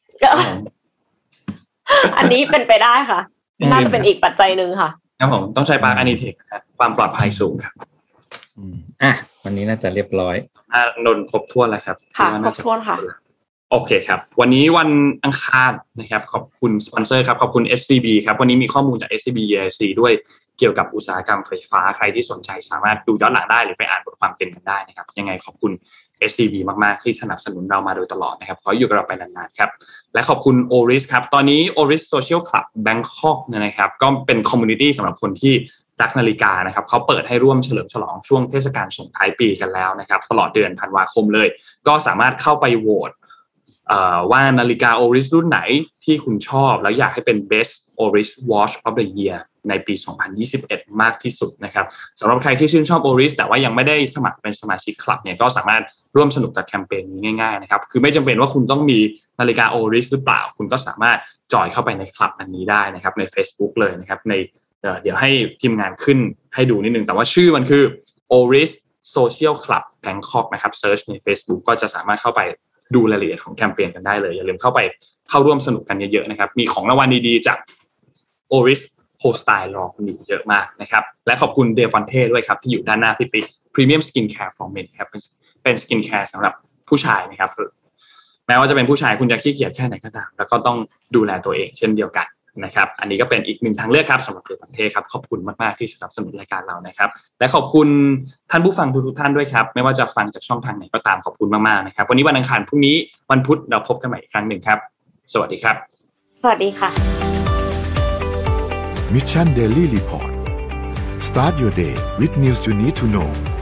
อันนี้เป็นไปได้ค่ะน่าจะเป็นอีกปัจจัยนึงค่ะครับผมต้องใช้ปลั๊ก Anytech นะความปลอดภัยสูงครับอืมอ่ะวันนี้น่าจะเรียบร้อยอ่านนครบถ้วนแล้วครับค่ะครบถ้วนค่ะโอเคครับวันนี้วันอังคารนะครับขอบคุณสปอนเซอร์ครับขอบคุณ เอส ซี บี ครับวันนี้มีข้อมูลจาก เอส ซี บี อี ไอ ซี ด้วยเกี่ยวกับอุตสาหกรรมไฟฟ้าใครที่สนใจสามารถดูย้อนหลังได้หรือไปอ่านบทความเต็มกันได้นะครับยังไงขอบคุณ เอส ซี บี มากๆที่สนับสนุนเรามาโดยตลอดนะครับขออยู่กับเราไปนานๆครับและขอบคุณ Oris ครับตอนนี้ Oris Social Club Bangkok นะครับก็เป็นคอมมูนิตี้สำหรับคนที่รักนาฬิกานะครับเขาเปิดให้ร่วมเฉลิมฉลองช่วงเทศกาลส่งท้ายปีกันแล้วนะครับตลอดเดือนธันวาคมเลยก็สามารถเข้าไปโหวตว่านาฬิกา Oris รุ่นไหนที่คุณชอบแล้วอยากให้เป็น Best Oris Watch of the Year ในปีสองพันยี่สิบเอ็ดมากที่สุดนะครับสำหรับใครที่ชื่นชอบ Oris แต่ว่ายังไม่ได้สมัครเป็นสมาชิกคลับเนี่ยก็สามารถร่วมสนุกกับแคมเปญนี้ง่ายๆนะครับคือไม่จำเป็นว่าคุณต้องมีนาฬิกา Oris หรือเปล่าคุณก็สามารถจอยเข้าไปในคลับอันนี้ได้นะครับใน Facebook เลยนะครับในเดี๋ยวให้ทีมงานขึ้นให้ดูนิดนึงแต่ว่าชื่อมันคือ Oris Social Club Bangkok นะครับเซิร์ชใน Facebook ก็จะสามารถเข้าไปดูรายละเอียดของแคมเปญกันได้เลยอย่าลืมเข้าไปเข้าร่วมสนุกกันเยอะๆนะครับมีของรางวัลดีๆจาก Oris Holstein รอคุณอยู่เยอะมากนะครับและขอบคุณเดฟอนเท่ด้วยครับที่อยู่ด้านหน้าพี่ปิ๊ก Premium Skin Care for Men ครับเป็นเป็นสกินแคร์สำหรับผู้ชายนะครับแม้ว่าจะเป็นผู้ชายคุณจะขี้เกียจแค่ไหนก็ตามแล้วก็ต้องดูแลตัวเองเช่นเดียวกันนะครับอันนี้ก็เป็นอีกหนึ่งทางเลือกครับสำหรับเดฟอนเท่ครับขอบคุณมากๆที่สนับสนุนรายการเรานะครับและขอบคุณท่านผู้ฟังทุกๆท่านด้วยครับไม่ว่าจะฟังจากช่องทางไหนก็ตามขอบคุณมากๆนะครับวันนี้วันอังคารพรุ่งนี้วันพุธเราพบกันใหม่อีกครั้งหนึ่งครับสวัสดีครับสวัสดีค่ะ Mission Daily Report Start your day with news you need to know